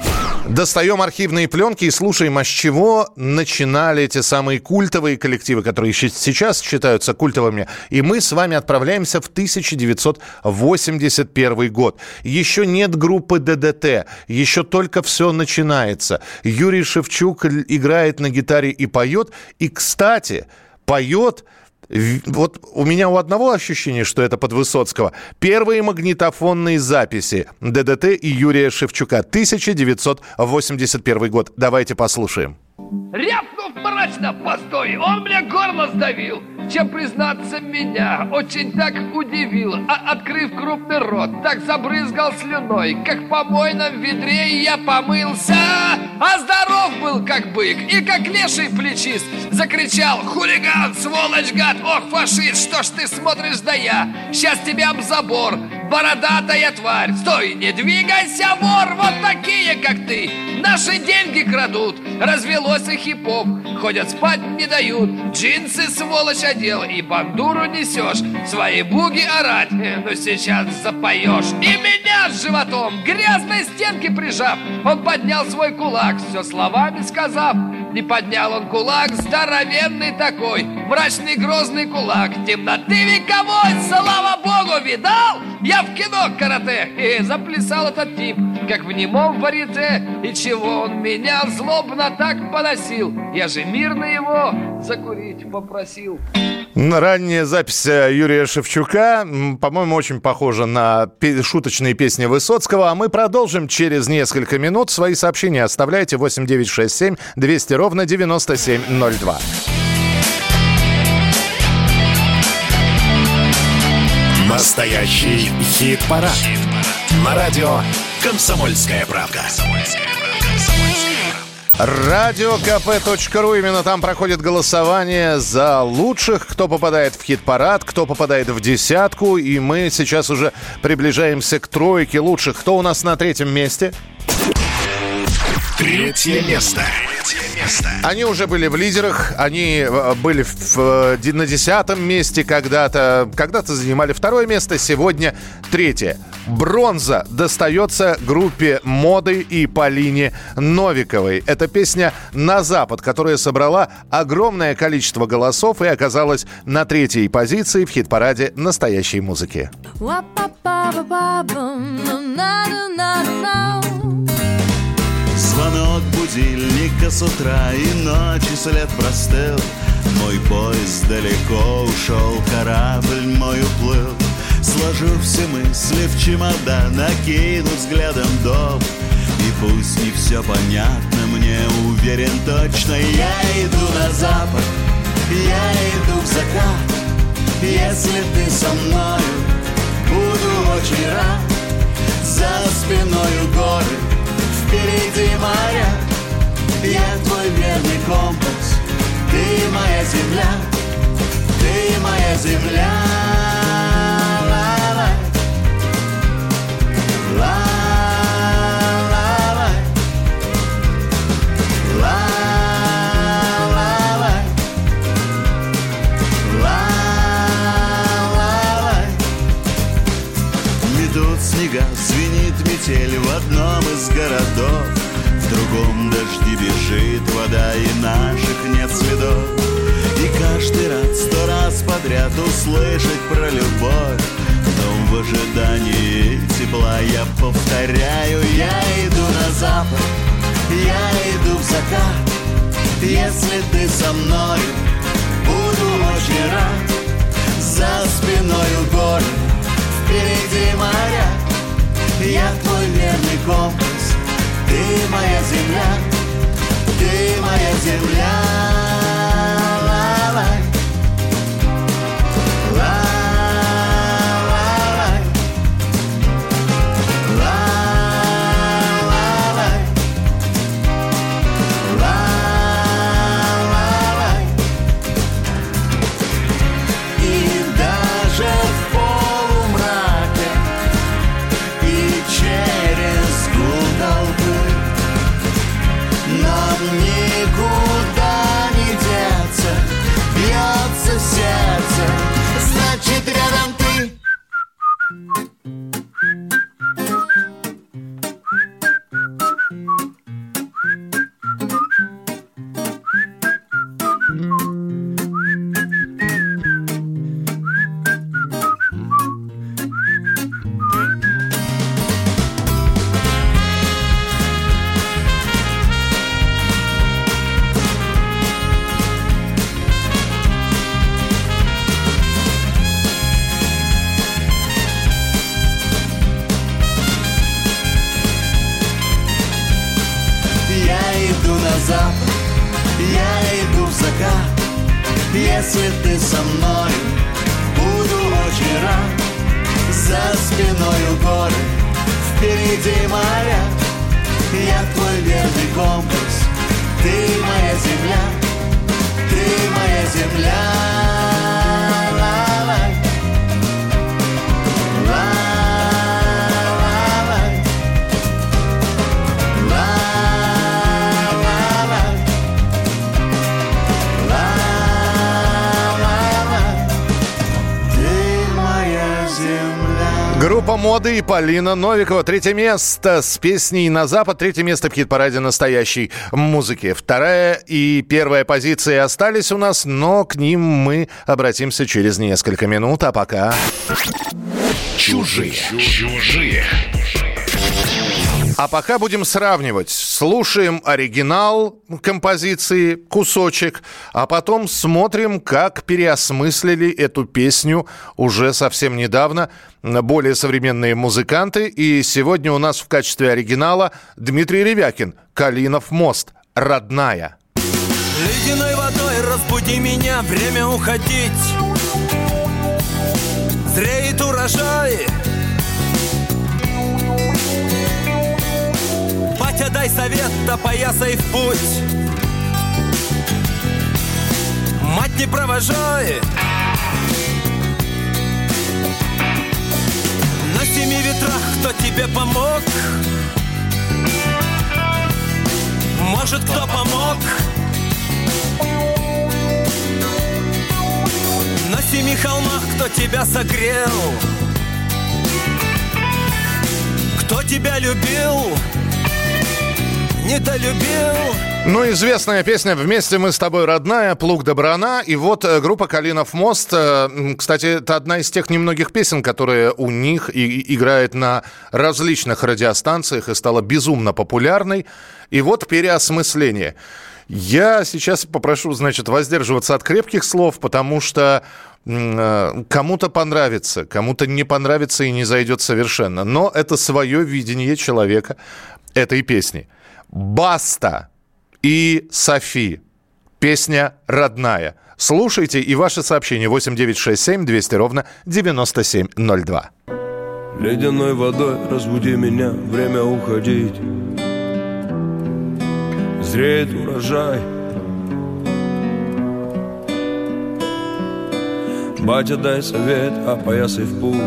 Достаем архивные пленки и слушаем, а с чего начинали эти самые культовые коллективы, которые сейчас считаются культовыми. И мы с вами отправляемся в тысяча девятьсот восемьдесят первый год. Еще нет группы ДДТ, еще только все начинается. Юрий Шевчук играет на гитаре и поет. И, кстати, поет... Вот у меня у одного ощущение, что это под Высоцкого. Первые магнитофонные записи ДДТ и Юрия Шевчука. тысяча девятьсот восемьдесят первый год. Давайте послушаем. Рявкнув мрачно, постой, он мне горло сдавил. Чем, признаться, меня очень так удивил. А открыв крупный рот, так забрызгал слюной, как в помойном ведре я помылся. А здоров был, как бык, и как леший плечист. Закричал: хулиган, сволочь, гад, ох, фашист, что ж ты смотришь, да я сейчас тебя об забор, бородатая тварь. Стой, не двигайся, вор, вот такие, как ты, наши деньги крадут. Развелось и хип-хоп, ходят спать не дают. Джинсы, сволочь, одел и бандуру несешь, свои буги орать, но сейчас запоешь. И меня с животом, грязной стенки прижав, он поднял свой кулак, все словами сказав. Не поднял он кулак, здоровенный такой, мрачный грозный кулак темноты вековой. Слава богу, видал? Я в кино карате, и заплясал этот тип, как в немом варьете. И чего он меня злобно так поносил? Я же мирно его закурить попросил. Ранняя запись Юрия Шевчука, по-моему, очень похожа на шуточные песни Высоцкого. А мы продолжим через несколько минут. Свои сообщения оставляйте восемь девятьсот шестьдесят семь двести ровно девяносто семь ноль два. Настоящий хит-парад. Хит-парад. На радио «Комсомольская правда». радио ка пэ точка ру. Именно там проходит голосование за лучших, кто попадает в хит-парад, кто попадает в десятку. И мы сейчас уже приближаемся к тройке лучших. Кто у нас на третьем месте? Третье место. Третье место. Они уже были в лидерах, они были в, на десятом месте когда-то, когда-то занимали второе место, сегодня третье. Бронза достается группе «Моды» и Полине Новиковой. Это песня «На Запад», которая собрала огромное количество голосов и оказалась на третьей позиции в хит-параде настоящей музыки. Звонок будильника с утра, и ночи след простыл. Мой поезд далеко ушел, корабль мой уплыл. Сложу все мысли в чемодан, накину взглядом дом. И пусть не все понятно мне, уверен точно, я иду на запад, я иду в закат. Если ты со мною, буду очень рад. За спиною горы, впереди моря, я твой верный компас, ты моя земля, ты моя земля. Ла-лай, ла-лай, ла-лай, ла-лай. Метут снега, звенит метель в одном из городов, в другом дожди бежит вода, и наших нет следов. И каждый раз, сто раз подряд услышать про любовь, но в ожидании тепла я повторяю: я иду на запад, я иду в закат. Если ты со мной, буду очень рад. За спиною горы, впереди моря, я твой верный компас, ты моя земля, ты моя земля. Ла-лай, ла-лай, ла-лай, ла-лай. И даже в полумраке, и через гул толпы нам никуда иду на запад, я иду в закат. Если ты со мной, буду очень рад. За спиною горы, впереди моря. Я твой верный компас, ты моя земля, ты моя земля. Ла-лай, ла-лай, ла-лай, ла-лай, ты моя земля. Группа «Моды» и Полина Новикова. Третье место с песней «На запад». Третье место в хит-параде настоящей музыки. Вторая и первая позиции остались у нас, но к ним мы обратимся через несколько минут. А пока... Чужие. Чужие. А пока будем сравнивать. Слушаем оригинал композиции, кусочек, а потом смотрим, как переосмыслили эту песню уже совсем недавно более современные музыканты. И сегодня у нас в качестве оригинала Дмитрий Ревякин, «Калинов мост», «Родная». Ледяной водой разбуди меня, время уходить. Зреет урожай. Батя, дай совет, опоясай в путь. Мать, не провожай. На семи ветрах кто тебе помог? Может, кто помог? На семи холмах кто тебя согрел? Кто тебя любил? Недолюбил. Ну, известная песня «Вместе мы с тобой, родная», «Плуг да брана». И вот группа «Калинов мост». Кстати, это одна из тех немногих песен, которая у них и играет на различных радиостанциях и стала безумно популярной. И вот переосмысление. Я сейчас попрошу, значит, воздерживаться от крепких слов, потому что э, кому-то понравится, кому-то не понравится и не зайдет совершенно. Но это свое видение человека этой песни. Баста и Софи. Песня «Родная». Слушайте, и ваши сообщения восемь девятьсот шестьдесят семь двести ровно девяносто семь ноль два. Ледяной водой разбуди меня, время уходить. Зреет урожай. Батя, дай совет, опоясай в путь.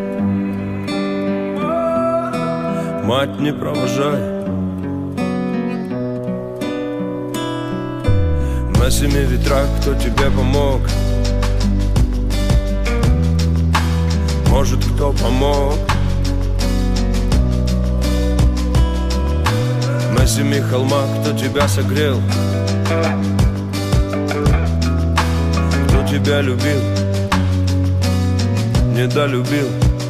Мать, не провожай. На семи ветрах кто тебе помог? Может, кто помог? На семи холмах кто тебя согрел? Кто тебя любил? Недолюбил.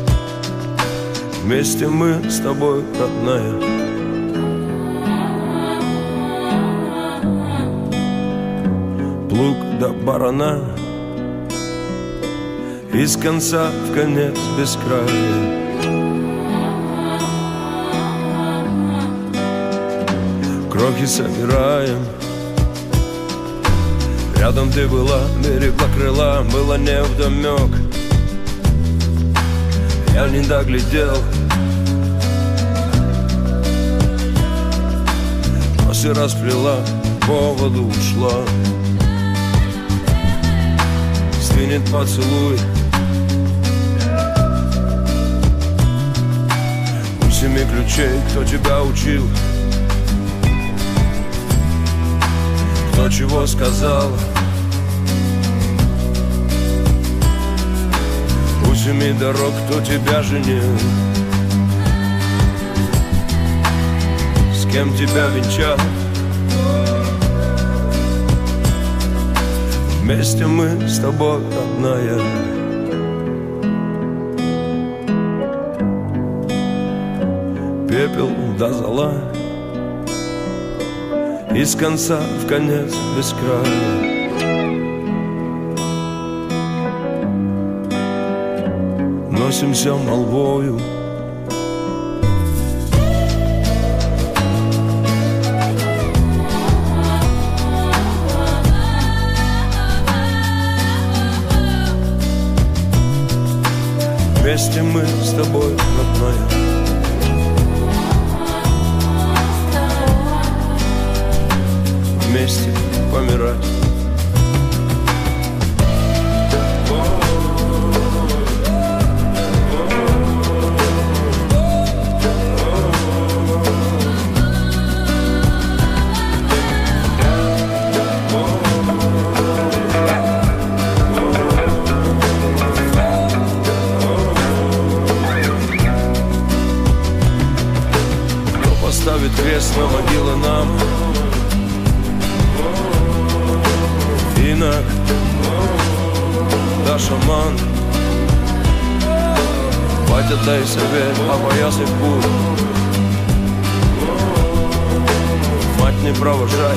Вместе мы с тобой, родная. Плуг да барана, из конца в конец без края. Крохи собираем. Рядом ты была, берегла крыла, было невдомек. Я не доглядел. Косы расплела, по воду ушла. Стынет поцелуй. У семи ключей, кто тебя учил? Кто чего сказал? У семи дорог, кто тебя женил? С кем тебя венчал? Вместе мы с тобой, родная. Пепел до зола, из конца в конец без края. Носимся молвою. вместе мы с тобой, родная. Вместе помирать. Ставит крест на могилы нам. Инок, да шаман. Батя, дай совет, папа, ясный путь. Мать, не провожай.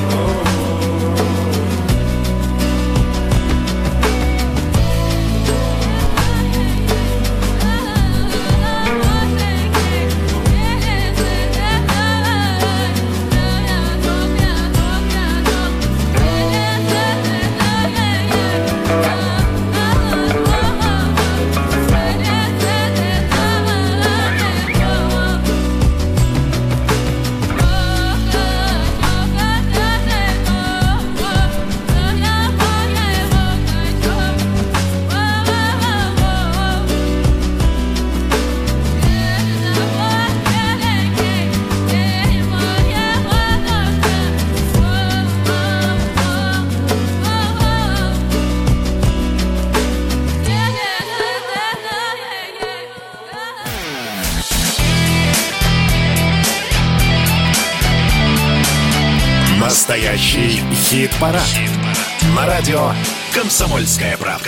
Настоящий хит-парад. Хит на радио «Комсомольская правда».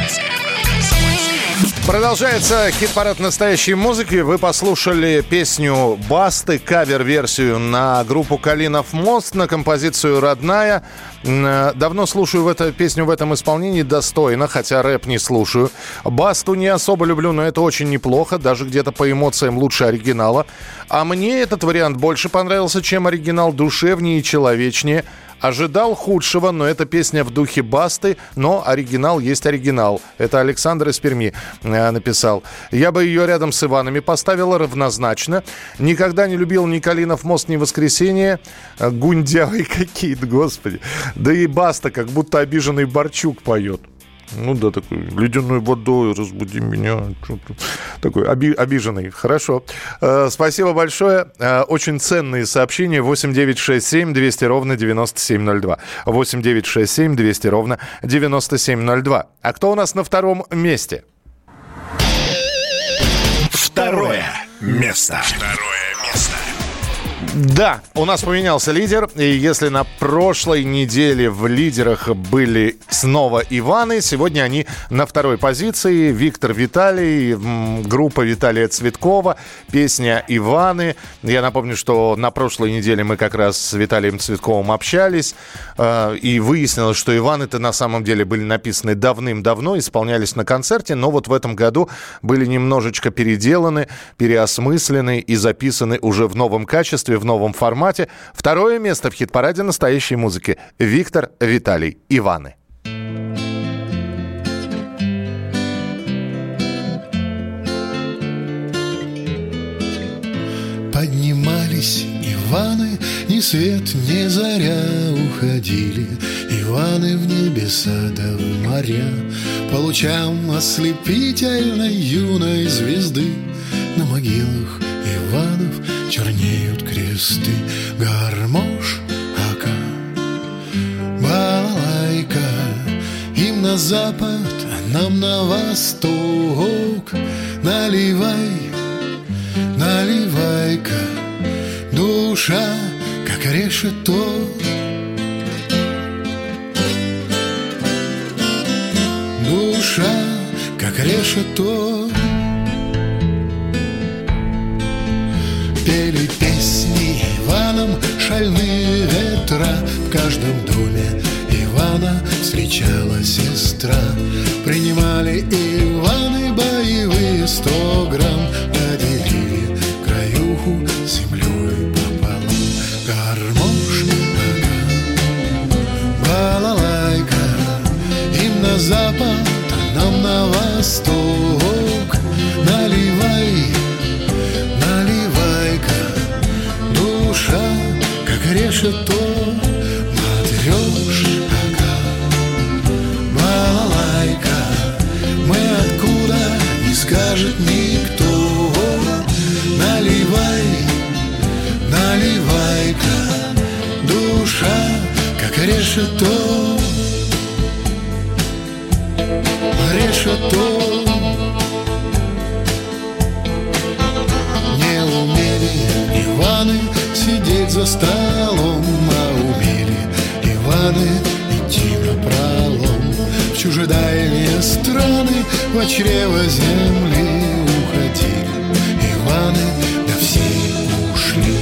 Продолжается хит-парад настоящей музыки. Вы послушали песню Басты, кавер-версию на группу «Калинов мост», на композицию «Родная». Давно слушаю в эту песню в этом исполнении, достойно, хотя рэп не слушаю. Басту не особо люблю, но это очень неплохо, даже где-то по эмоциям лучше оригинала. А мне этот вариант больше понравился, чем оригинал, душевнее и человечнее. Ожидал худшего, но эта песня в духе Басты, но оригинал есть оригинал. Это Александр из Перми э, написал. Я бы ее рядом с Иванами поставила равнозначно. Никогда не любил ни Калинов мост, ни Воскресенье. Гундявые какие-то, господи. Да и Баста, как будто обиженный Борчук поет. Ну да, такой, ледяной водой разбуди меня. Такой оби- обиженный. Хорошо. Э, спасибо большое. Э, очень ценные сообщения. восемь девятьсот шестьдесят семь двести ровно девяносто семь ноль два. восемь девятьсот шестьдесят семь двести ровно девяносто семь ноль два. А кто у нас на втором месте? Второе место. Второе место. Да, у нас поменялся лидер, и если на прошлой неделе в лидерах были снова Иваны, сегодня они на второй позиции. Виктор Виталий, группа Виталия Цветкова, песня «Иваны». Я напомню, что на прошлой неделе мы как раз с Виталием Цветковым общались, и выяснилось, что «Иваны»-то на самом деле были написаны давным-давно, исполнялись на концерте, но вот в этом году были немножечко переделаны, переосмыслены и записаны уже в новом качестве, в новом формате. Второе место в хит-параде настоящей музыки. Виктор Виталий, «Иваны». Поднимались Иваны, ни свет, ни заря, уходили Иваны в небеса да в моря. По лучам ослепительной юной звезды на могилах Иванов чернеют кресты. Гармош, ака, балалайка, им на запад, а нам на восток. Наливай, наливай-ка, душа, как решето. Душа, как решето. Пели песни Иванам шальные ветра. В каждом доме Ивана встречала сестра. Принимали Иваны боевые сто грамм, поделили краюху землей пополам. Гармош, ага, балалайка, им на запад, а нам на восток. Наливай, решето, матрешка, балалайка, мы откуда не скажет никто. Наливай, наливай-ка, душа, как решето, решето. Не умели Иваны сидеть за столом, а умели Иваны идти напролом в чужедальние страны, во чрево земли уходили Иваны, да все ушли.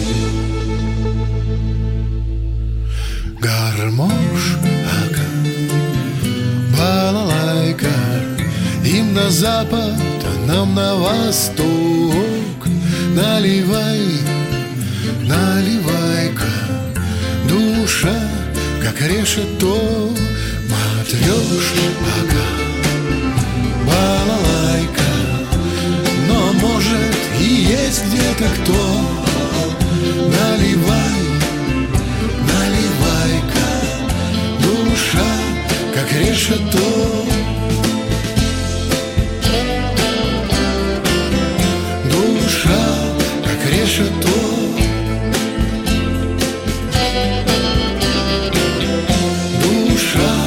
Гармошка, балалайка, им на запад, а нам на восток. Наливай, наливай-ка, душа, как решето, матрешка, балалайка. Но может и есть где-то кто. Наливай, наливай-ка, душа, как решето. Душа, как решето. Душа,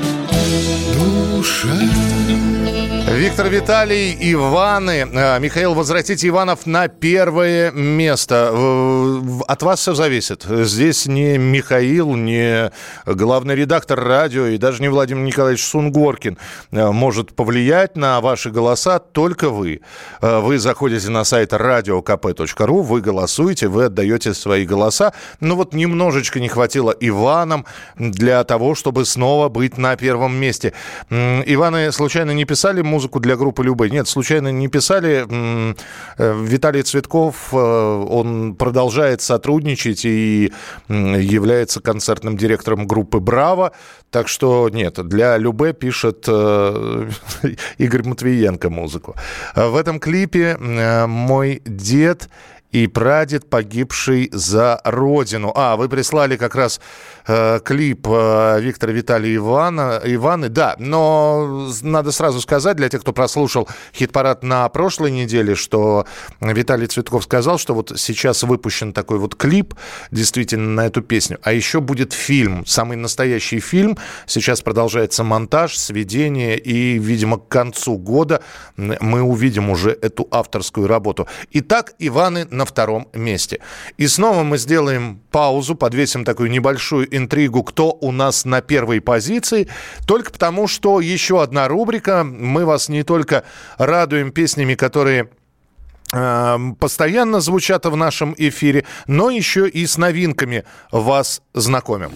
душа. Виктор Виталий, Иваны. Михаил, возвратите Иванов на первое место. От вас все зависит. Здесь не Михаил, не главный редактор радио и даже не Владимир Николаевич Сунгоркин может повлиять на ваши голоса, только вы. Вы заходите на сайт радио ка пэ точка ру, вы голосуете, вы отдаете свои голоса. Но вот немножечко не хватило Иванам для того, чтобы снова быть на первом месте. Иваны случайно не писали музыку для группы Любэ? Нет, случайно не писали. Виталий Цветков, он продолжает сотрудничать и является концертным директором группы «Браво». Так что нет, для Любэ пишет Игорь Матвиенко музыку. В этом клипе мой дед и прадед, погибший за родину. А, вы прислали как раз э, клип э, Виктора Виталия Ивана, Иваны. Да, но надо сразу сказать для тех, кто прослушал хит-парад на прошлой неделе, что Виталий Цветков сказал, что вот сейчас выпущен такой вот клип действительно на эту песню. А еще будет фильм, самый настоящий фильм. Сейчас продолжается монтаж, сведение, и, видимо, к концу года мы увидим уже эту авторскую работу. Итак, Иваны на втором месте. И снова мы сделаем паузу, подвесим такую небольшую интригу, кто у нас на первой позиции, только потому, что еще одна рубрика. Мы вас не только радуем песнями, которые э, постоянно звучат в нашем эфире, но еще и с новинками вас знакомим.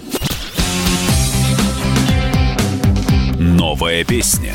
Новая песня.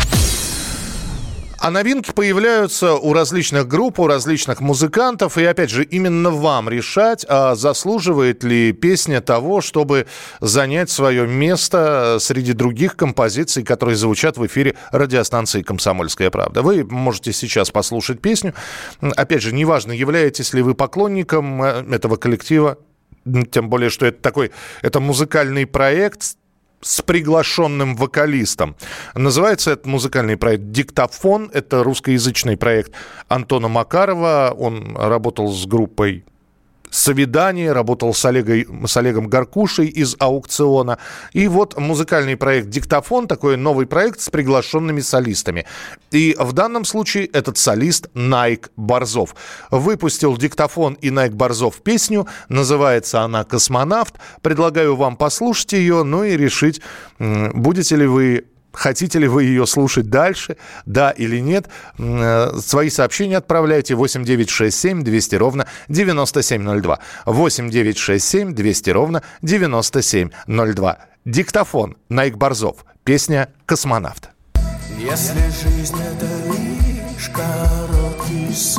А новинки появляются у различных групп, у различных музыкантов. И, опять же, именно вам решать, а заслуживает ли песня того, чтобы занять свое место среди других композиций, которые звучат в эфире радиостанции «Комсомольская правда». Вы можете сейчас послушать песню. Опять же, неважно, являетесь ли вы поклонником этого коллектива, тем более, что это такой, это музыкальный проект с приглашенным вокалистом. Называется этот музыкальный проект «Диктофон». Это русскоязычный проект Антона Макарова. Он работал с группой «Совидание», работал с, Олегой, с Олегом Гаркушей из «Аукциона». И вот музыкальный проект «Диктофон», такой новый проект с приглашенными солистами. И в данном случае этот солист Найк Борзов. Выпустил «Диктофон» и Найк Борзов песню. Называется она «Космонавт». Предлагаю вам послушать ее, ну и решить, будете ли вы... Хотите ли вы ее слушать дальше, да или нет? Свои сообщения отправляйте восемь девятьсот шестьдесят семь двести ровно девяносто семь ноль два. восемь девятьсот шестьдесят семь двести ровно девяносто семь ноль два. Диктофон. Найк Борзов. Песня «Космонавт». Если жизнь — это лишь короткий сон,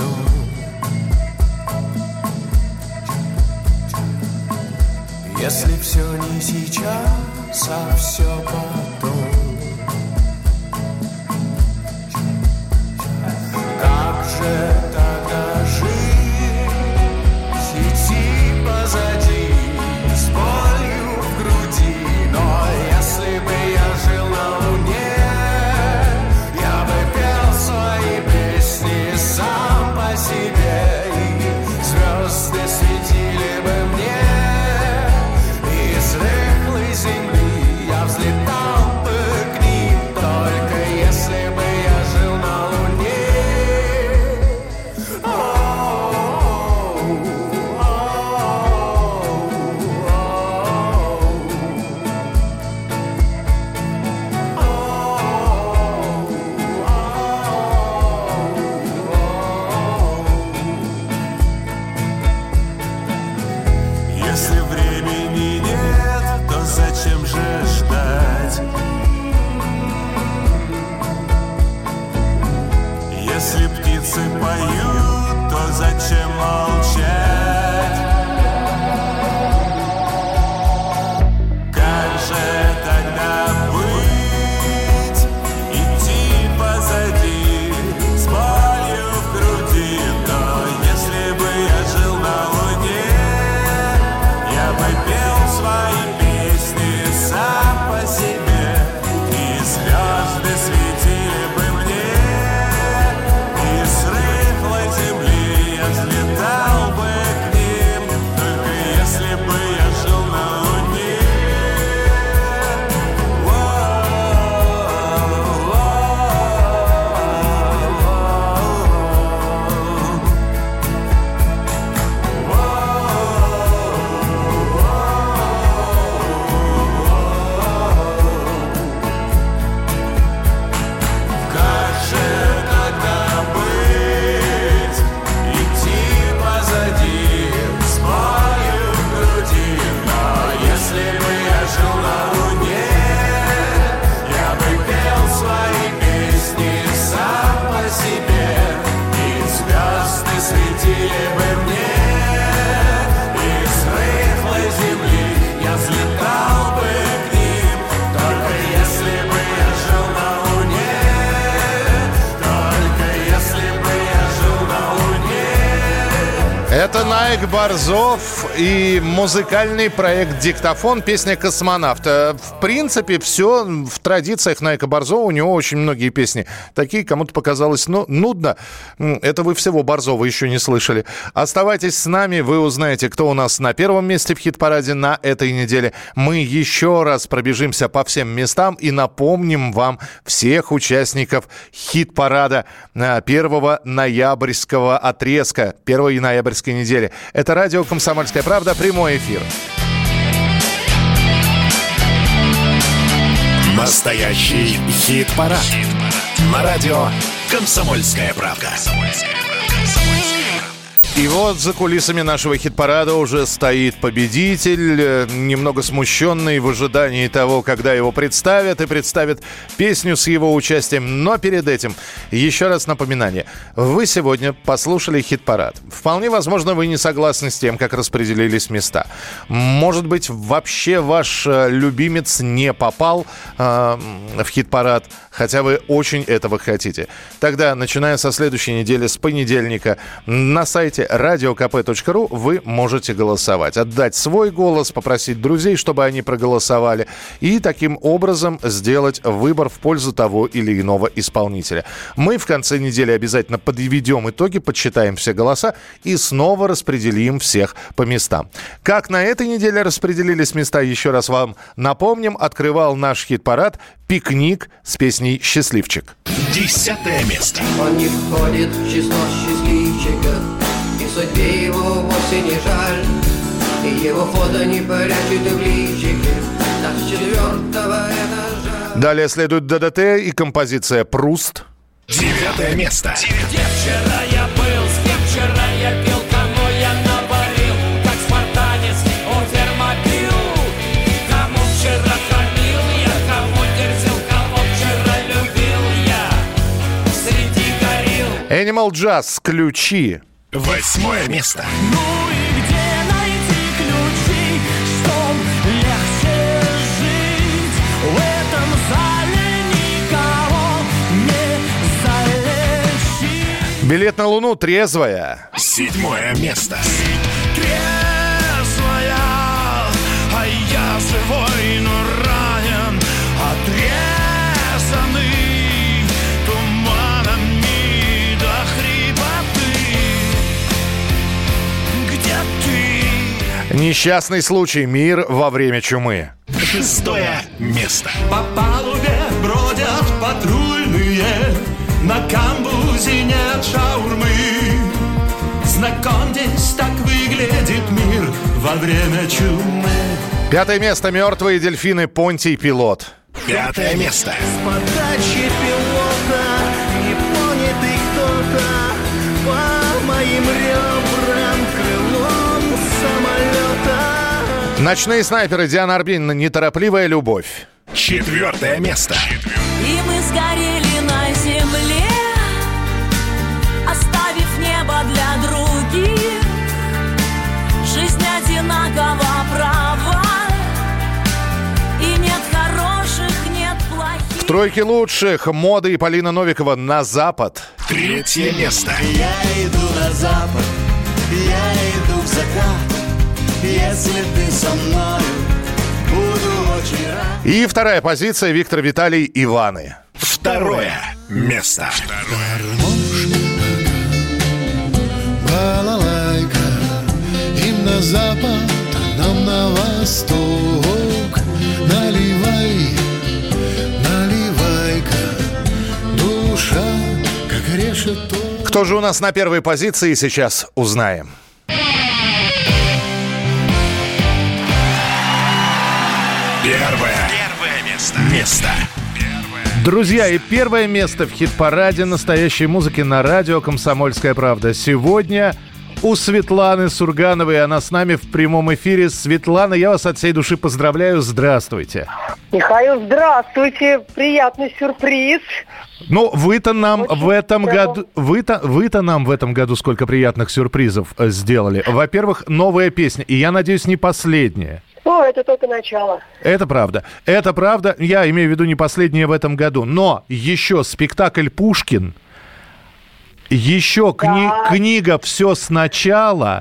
если все не сейчас, а все потом, как же тогда жить, идти позади Если времени нет, то зачем же ждать? Если птицы поют, то зачем молчать? Как же тогда быть? Идти позади с болью в груди. Но если бы я жил на луне, я бы пел свои песни сам по себе, и звезды светили бы мне, и с рыхлой земли я взлетал бы к ним. Только если бы я жил на луне. Как же тогда быть? Идти позади с болью в груди. Но если бы я жил на луне, я бы пел свои песни сам по себе, и звезды светили бы мне, и с рыхлой земли я взлетал бы к ним. Только если бы я жил на луне, только если бы я жил на луне. Это Наик Борзов и музыкальный проект «Диктофон», песня «Космонавт». В принципе, все в традициях Наика Борзова. У него очень многие песни такие, кому-то показалось ну, нудно. Это вы всего Борзова еще не слышали. Оставайтесь с нами, вы узнаете, кто у нас на первом месте в хит-параде на этой неделе. Мы еще раз пробежимся по всем местам и напомним вам всех участников хит-парада первого ноябрьского отрезка, первой ноябрьской недели. Это радио «Комсомольская правда», прямой эфир. Настоящий хит-парад. На радио «Комсомольская правда». И вот за кулисами нашего хит-парада уже стоит победитель, немного смущенный в ожидании того, когда его представят, и представят песню с его участием. Но перед этим еще раз напоминание. Вы сегодня послушали хит-парад. Вполне возможно, вы не согласны с тем, как распределились места. Может быть, вообще ваш любимец не попал э, в хит-парад, хотя вы очень этого хотите. Тогда, начиная со следующей недели, с понедельника, на сайте радио ка пэ точка ру вы можете голосовать. Отдать свой голос, попросить друзей, чтобы они проголосовали. И таким образом сделать выбор в пользу того или иного исполнителя. Мы в конце недели обязательно подведем итоги, подсчитаем все голоса и снова распределим всех по местам. Как на этой неделе распределились места, еще раз вам напомним. Открывал наш хит-парад «Пикник» с песней «Счастливчик». Десятое место. Он не входит в число счастливчиков, и судьбе его вовсе не жаль, и его фото не прячет в личике, так с четвертого этажа. Далее следует дэ дэ тэ и композиция «Пруст». Девятое место. Где вчера я был, с кем вчера я пил, кому я наварил, как спартанец офермобил. Кому вчера хамил я, кому дерзил, кого вчера любил я, среди горил. Animal Jazz «Ключи». Восьмое место. Ну и где найти ключи, чтоб легче жить? В этом зале никого не залечить. Билет на Луну «Трезвая». Седьмое место. Трезвая, а я живой, но ранен, отрезанный туманами до хрипоты. Где ты? Несчастный случай. Мир во время чумы. Шестое место. По палубе бродят патрульные, на камбузе нет шаурмы. Знакомьтесь, так выглядит мир во время чумы. Пятое место. «Мертвые дельфины», Понтий Пилот. Пятое место. С подачи пилота непонятый кто-то по моим ребрам крылом самолета Ночные снайперы, Диана Арбенина, «Неторопливая любовь». Четвертое место. И мы сгорели на земле, оставив небо для других. Жизнь одинакова права, и нет хороших, нет плохих. В тройке лучших Мода и Полина Новикова «На запад». Третье место. Я иду на запад, я иду в закат. Если ты со мною, буду очень рад. И вторая позиция Виктор Виталий «Иваны». Второе место. Балалайка, им на запад, нам на восток. Наливай, наливай-ка, душа, как решето. Кто же у нас на первой позиции, сейчас узнаем. Первое. Первое место. Место. Друзья, и первое место в хит-параде настоящей музыки на радио «Комсомольская правда». Сегодня у Светланы Сургановой. Она с нами в прямом эфире. Светлана, я вас от всей души поздравляю. Здравствуйте. Михаил, здравствуйте. Приятный сюрприз. Ну, вы-то нам Очень в этом здорово. году... Вы-то, вы-то нам в этом году сколько приятных сюрпризов э, сделали. Во-первых, новая песня. И я надеюсь, не последняя. О, это только начало. Это правда. Это правда. Я имею в виду не последнее в этом году. Но еще спектакль «Пушкин». Еще кни- Да. книга «Все сначала».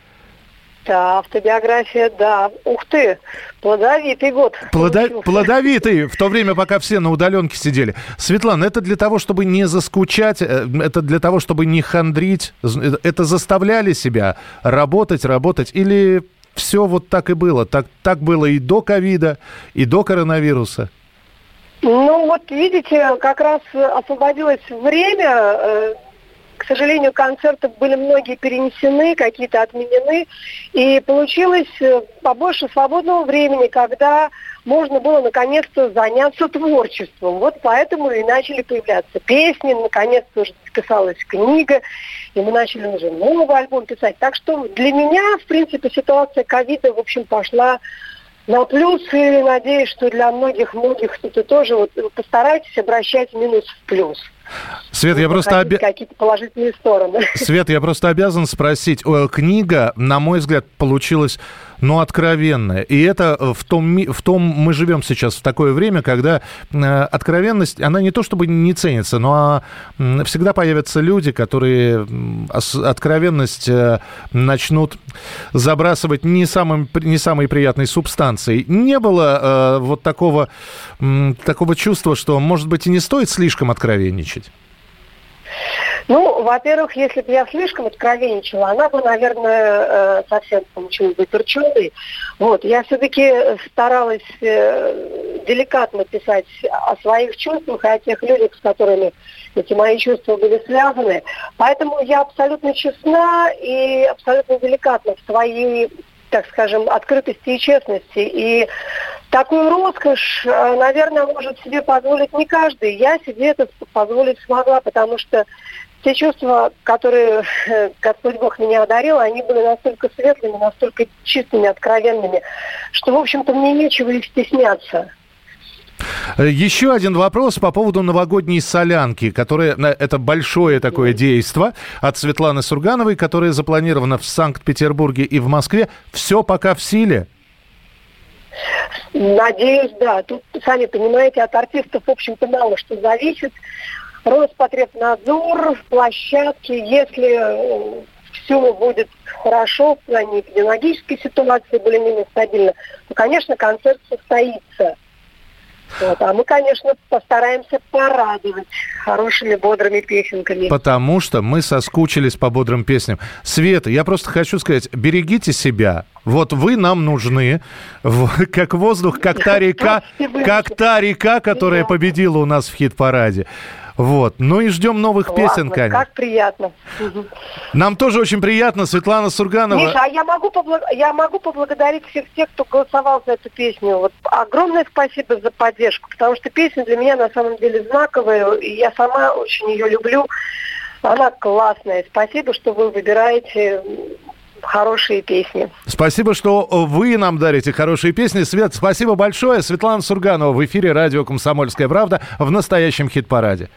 Да, автобиография, да. Ух ты, плодовитый год. Плодо- получился. плодовитый, в то время, пока все на удаленке сидели. Светлана, это для того, чтобы не заскучать, э, это для того, чтобы не хандрить. З- Это заставляли себя работать, работать? Или все вот так и было? Так, так было и до ковида, и до коронавируса? Ну вот видите, как раз освободилось время. э, К сожалению, концерты были многие перенесены, какие-то отменены. И получилось э, побольше свободного времени, когда можно было наконец-то заняться творчеством. Вот поэтому и начали появляться песни, наконец-то уже писалась книга, и мы начали уже новый альбом писать. Так что для меня, в принципе, ситуация ковида, в общем, пошла на плюс, и надеюсь, что для многих-многих кто-то тоже вот постарайтесь обращать минус в плюс. Свет, я просто обе... какие-то положительные стороны. Свет, я просто обязан спросить. Э, Книга, на мой взгляд, получилась, ну, откровенная. И это в том, ми- в том мы живем сейчас в такое время, когда э, откровенность, она не то чтобы не ценится, но э, всегда появятся люди, которые м, ос- откровенность э, начнут забрасывать не, самым, не самой приятной субстанцией. Не было э, вот такого, м, такого чувства, что, может быть, и не стоит слишком откровенничать? Ну, во-первых, если бы я слишком откровенничала, она бы, наверное, совсем получилась бы перченой. Вот, я все-таки старалась деликатно писать о своих чувствах и о тех людях, с которыми эти мои чувства были связаны. Поэтому я абсолютно честна и абсолютно деликатна в своей, так скажем, открытости и честности. И такую роскошь, наверное, может себе позволить не каждый. Я себе это позволить смогла, потому что те чувства, которые Господь Бог меня одарил, они были настолько светлыми, настолько чистыми, откровенными, что, в общем-то, мне нечего их стесняться. Еще один вопрос по поводу новогодней солянки, которая, это большое такое действо от Светланы Сургановой, которое запланировано в Санкт-Петербурге и в Москве. Все пока в силе? Надеюсь, да. Тут, сами понимаете, от артистов, в общем-то, мало что зависит. Роспотребнадзор, площадки, если все будет хорошо в плане эпидемиологической ситуации, более-менее стабильно, то, конечно, концерт состоится. Вот. А мы, конечно, постараемся порадовать хорошими, бодрыми песенками. Потому что мы соскучились по бодрым песням. Света, я просто хочу сказать, берегите себя. Вот вы нам нужны, как воздух, как та река, как та река, которая победила у нас в хит-параде. Вот. Ну и ждем новых Ладно, песен, конечно. Как приятно. Нам тоже очень приятно, Светлана Сурганова. Миша, а я могу, поблаг... я могу поблагодарить всех тех, кто голосовал за эту песню. Вот огромное спасибо за поддержку, потому что песня для меня на самом деле знаковая, и я сама очень ее люблю. Она классная. Спасибо, что вы выбираете хорошие песни. Спасибо, что вы нам дарите хорошие песни. Свет, спасибо большое. Светлана Сурганова в эфире радио «Комсомольская правда» в настоящем хит-параде.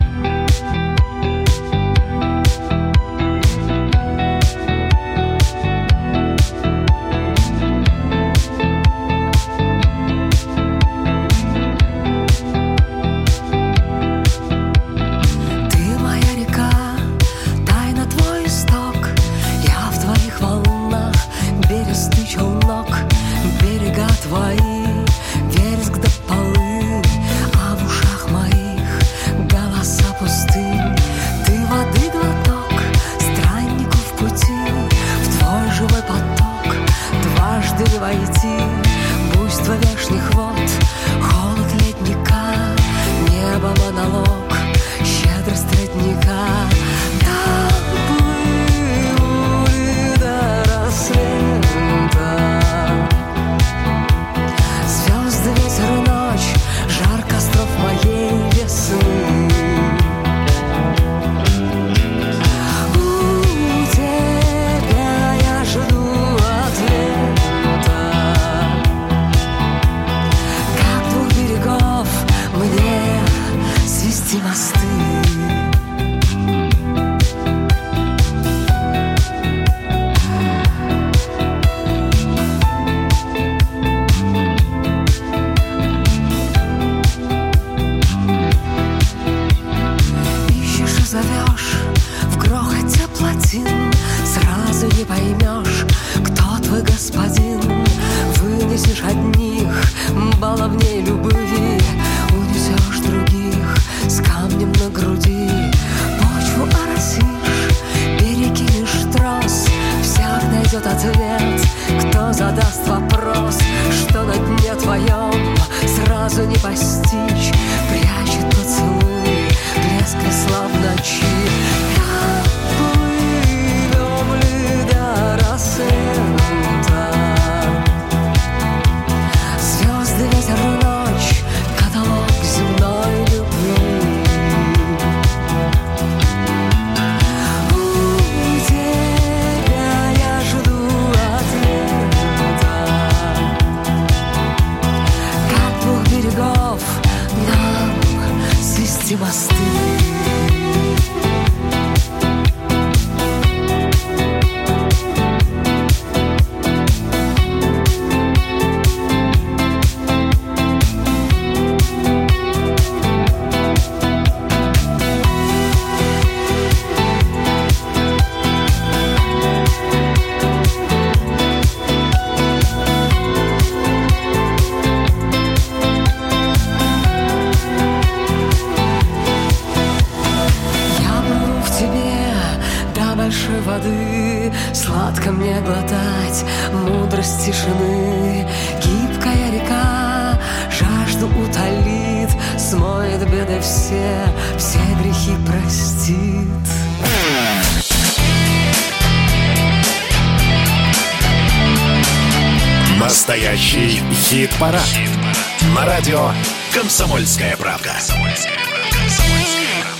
Сладко мне глотать мудрость тишины. Гибкая река жажду утолит, смоет беды все, все грехи простит. Настоящий хит-парад. На радио «Комсомольская правда».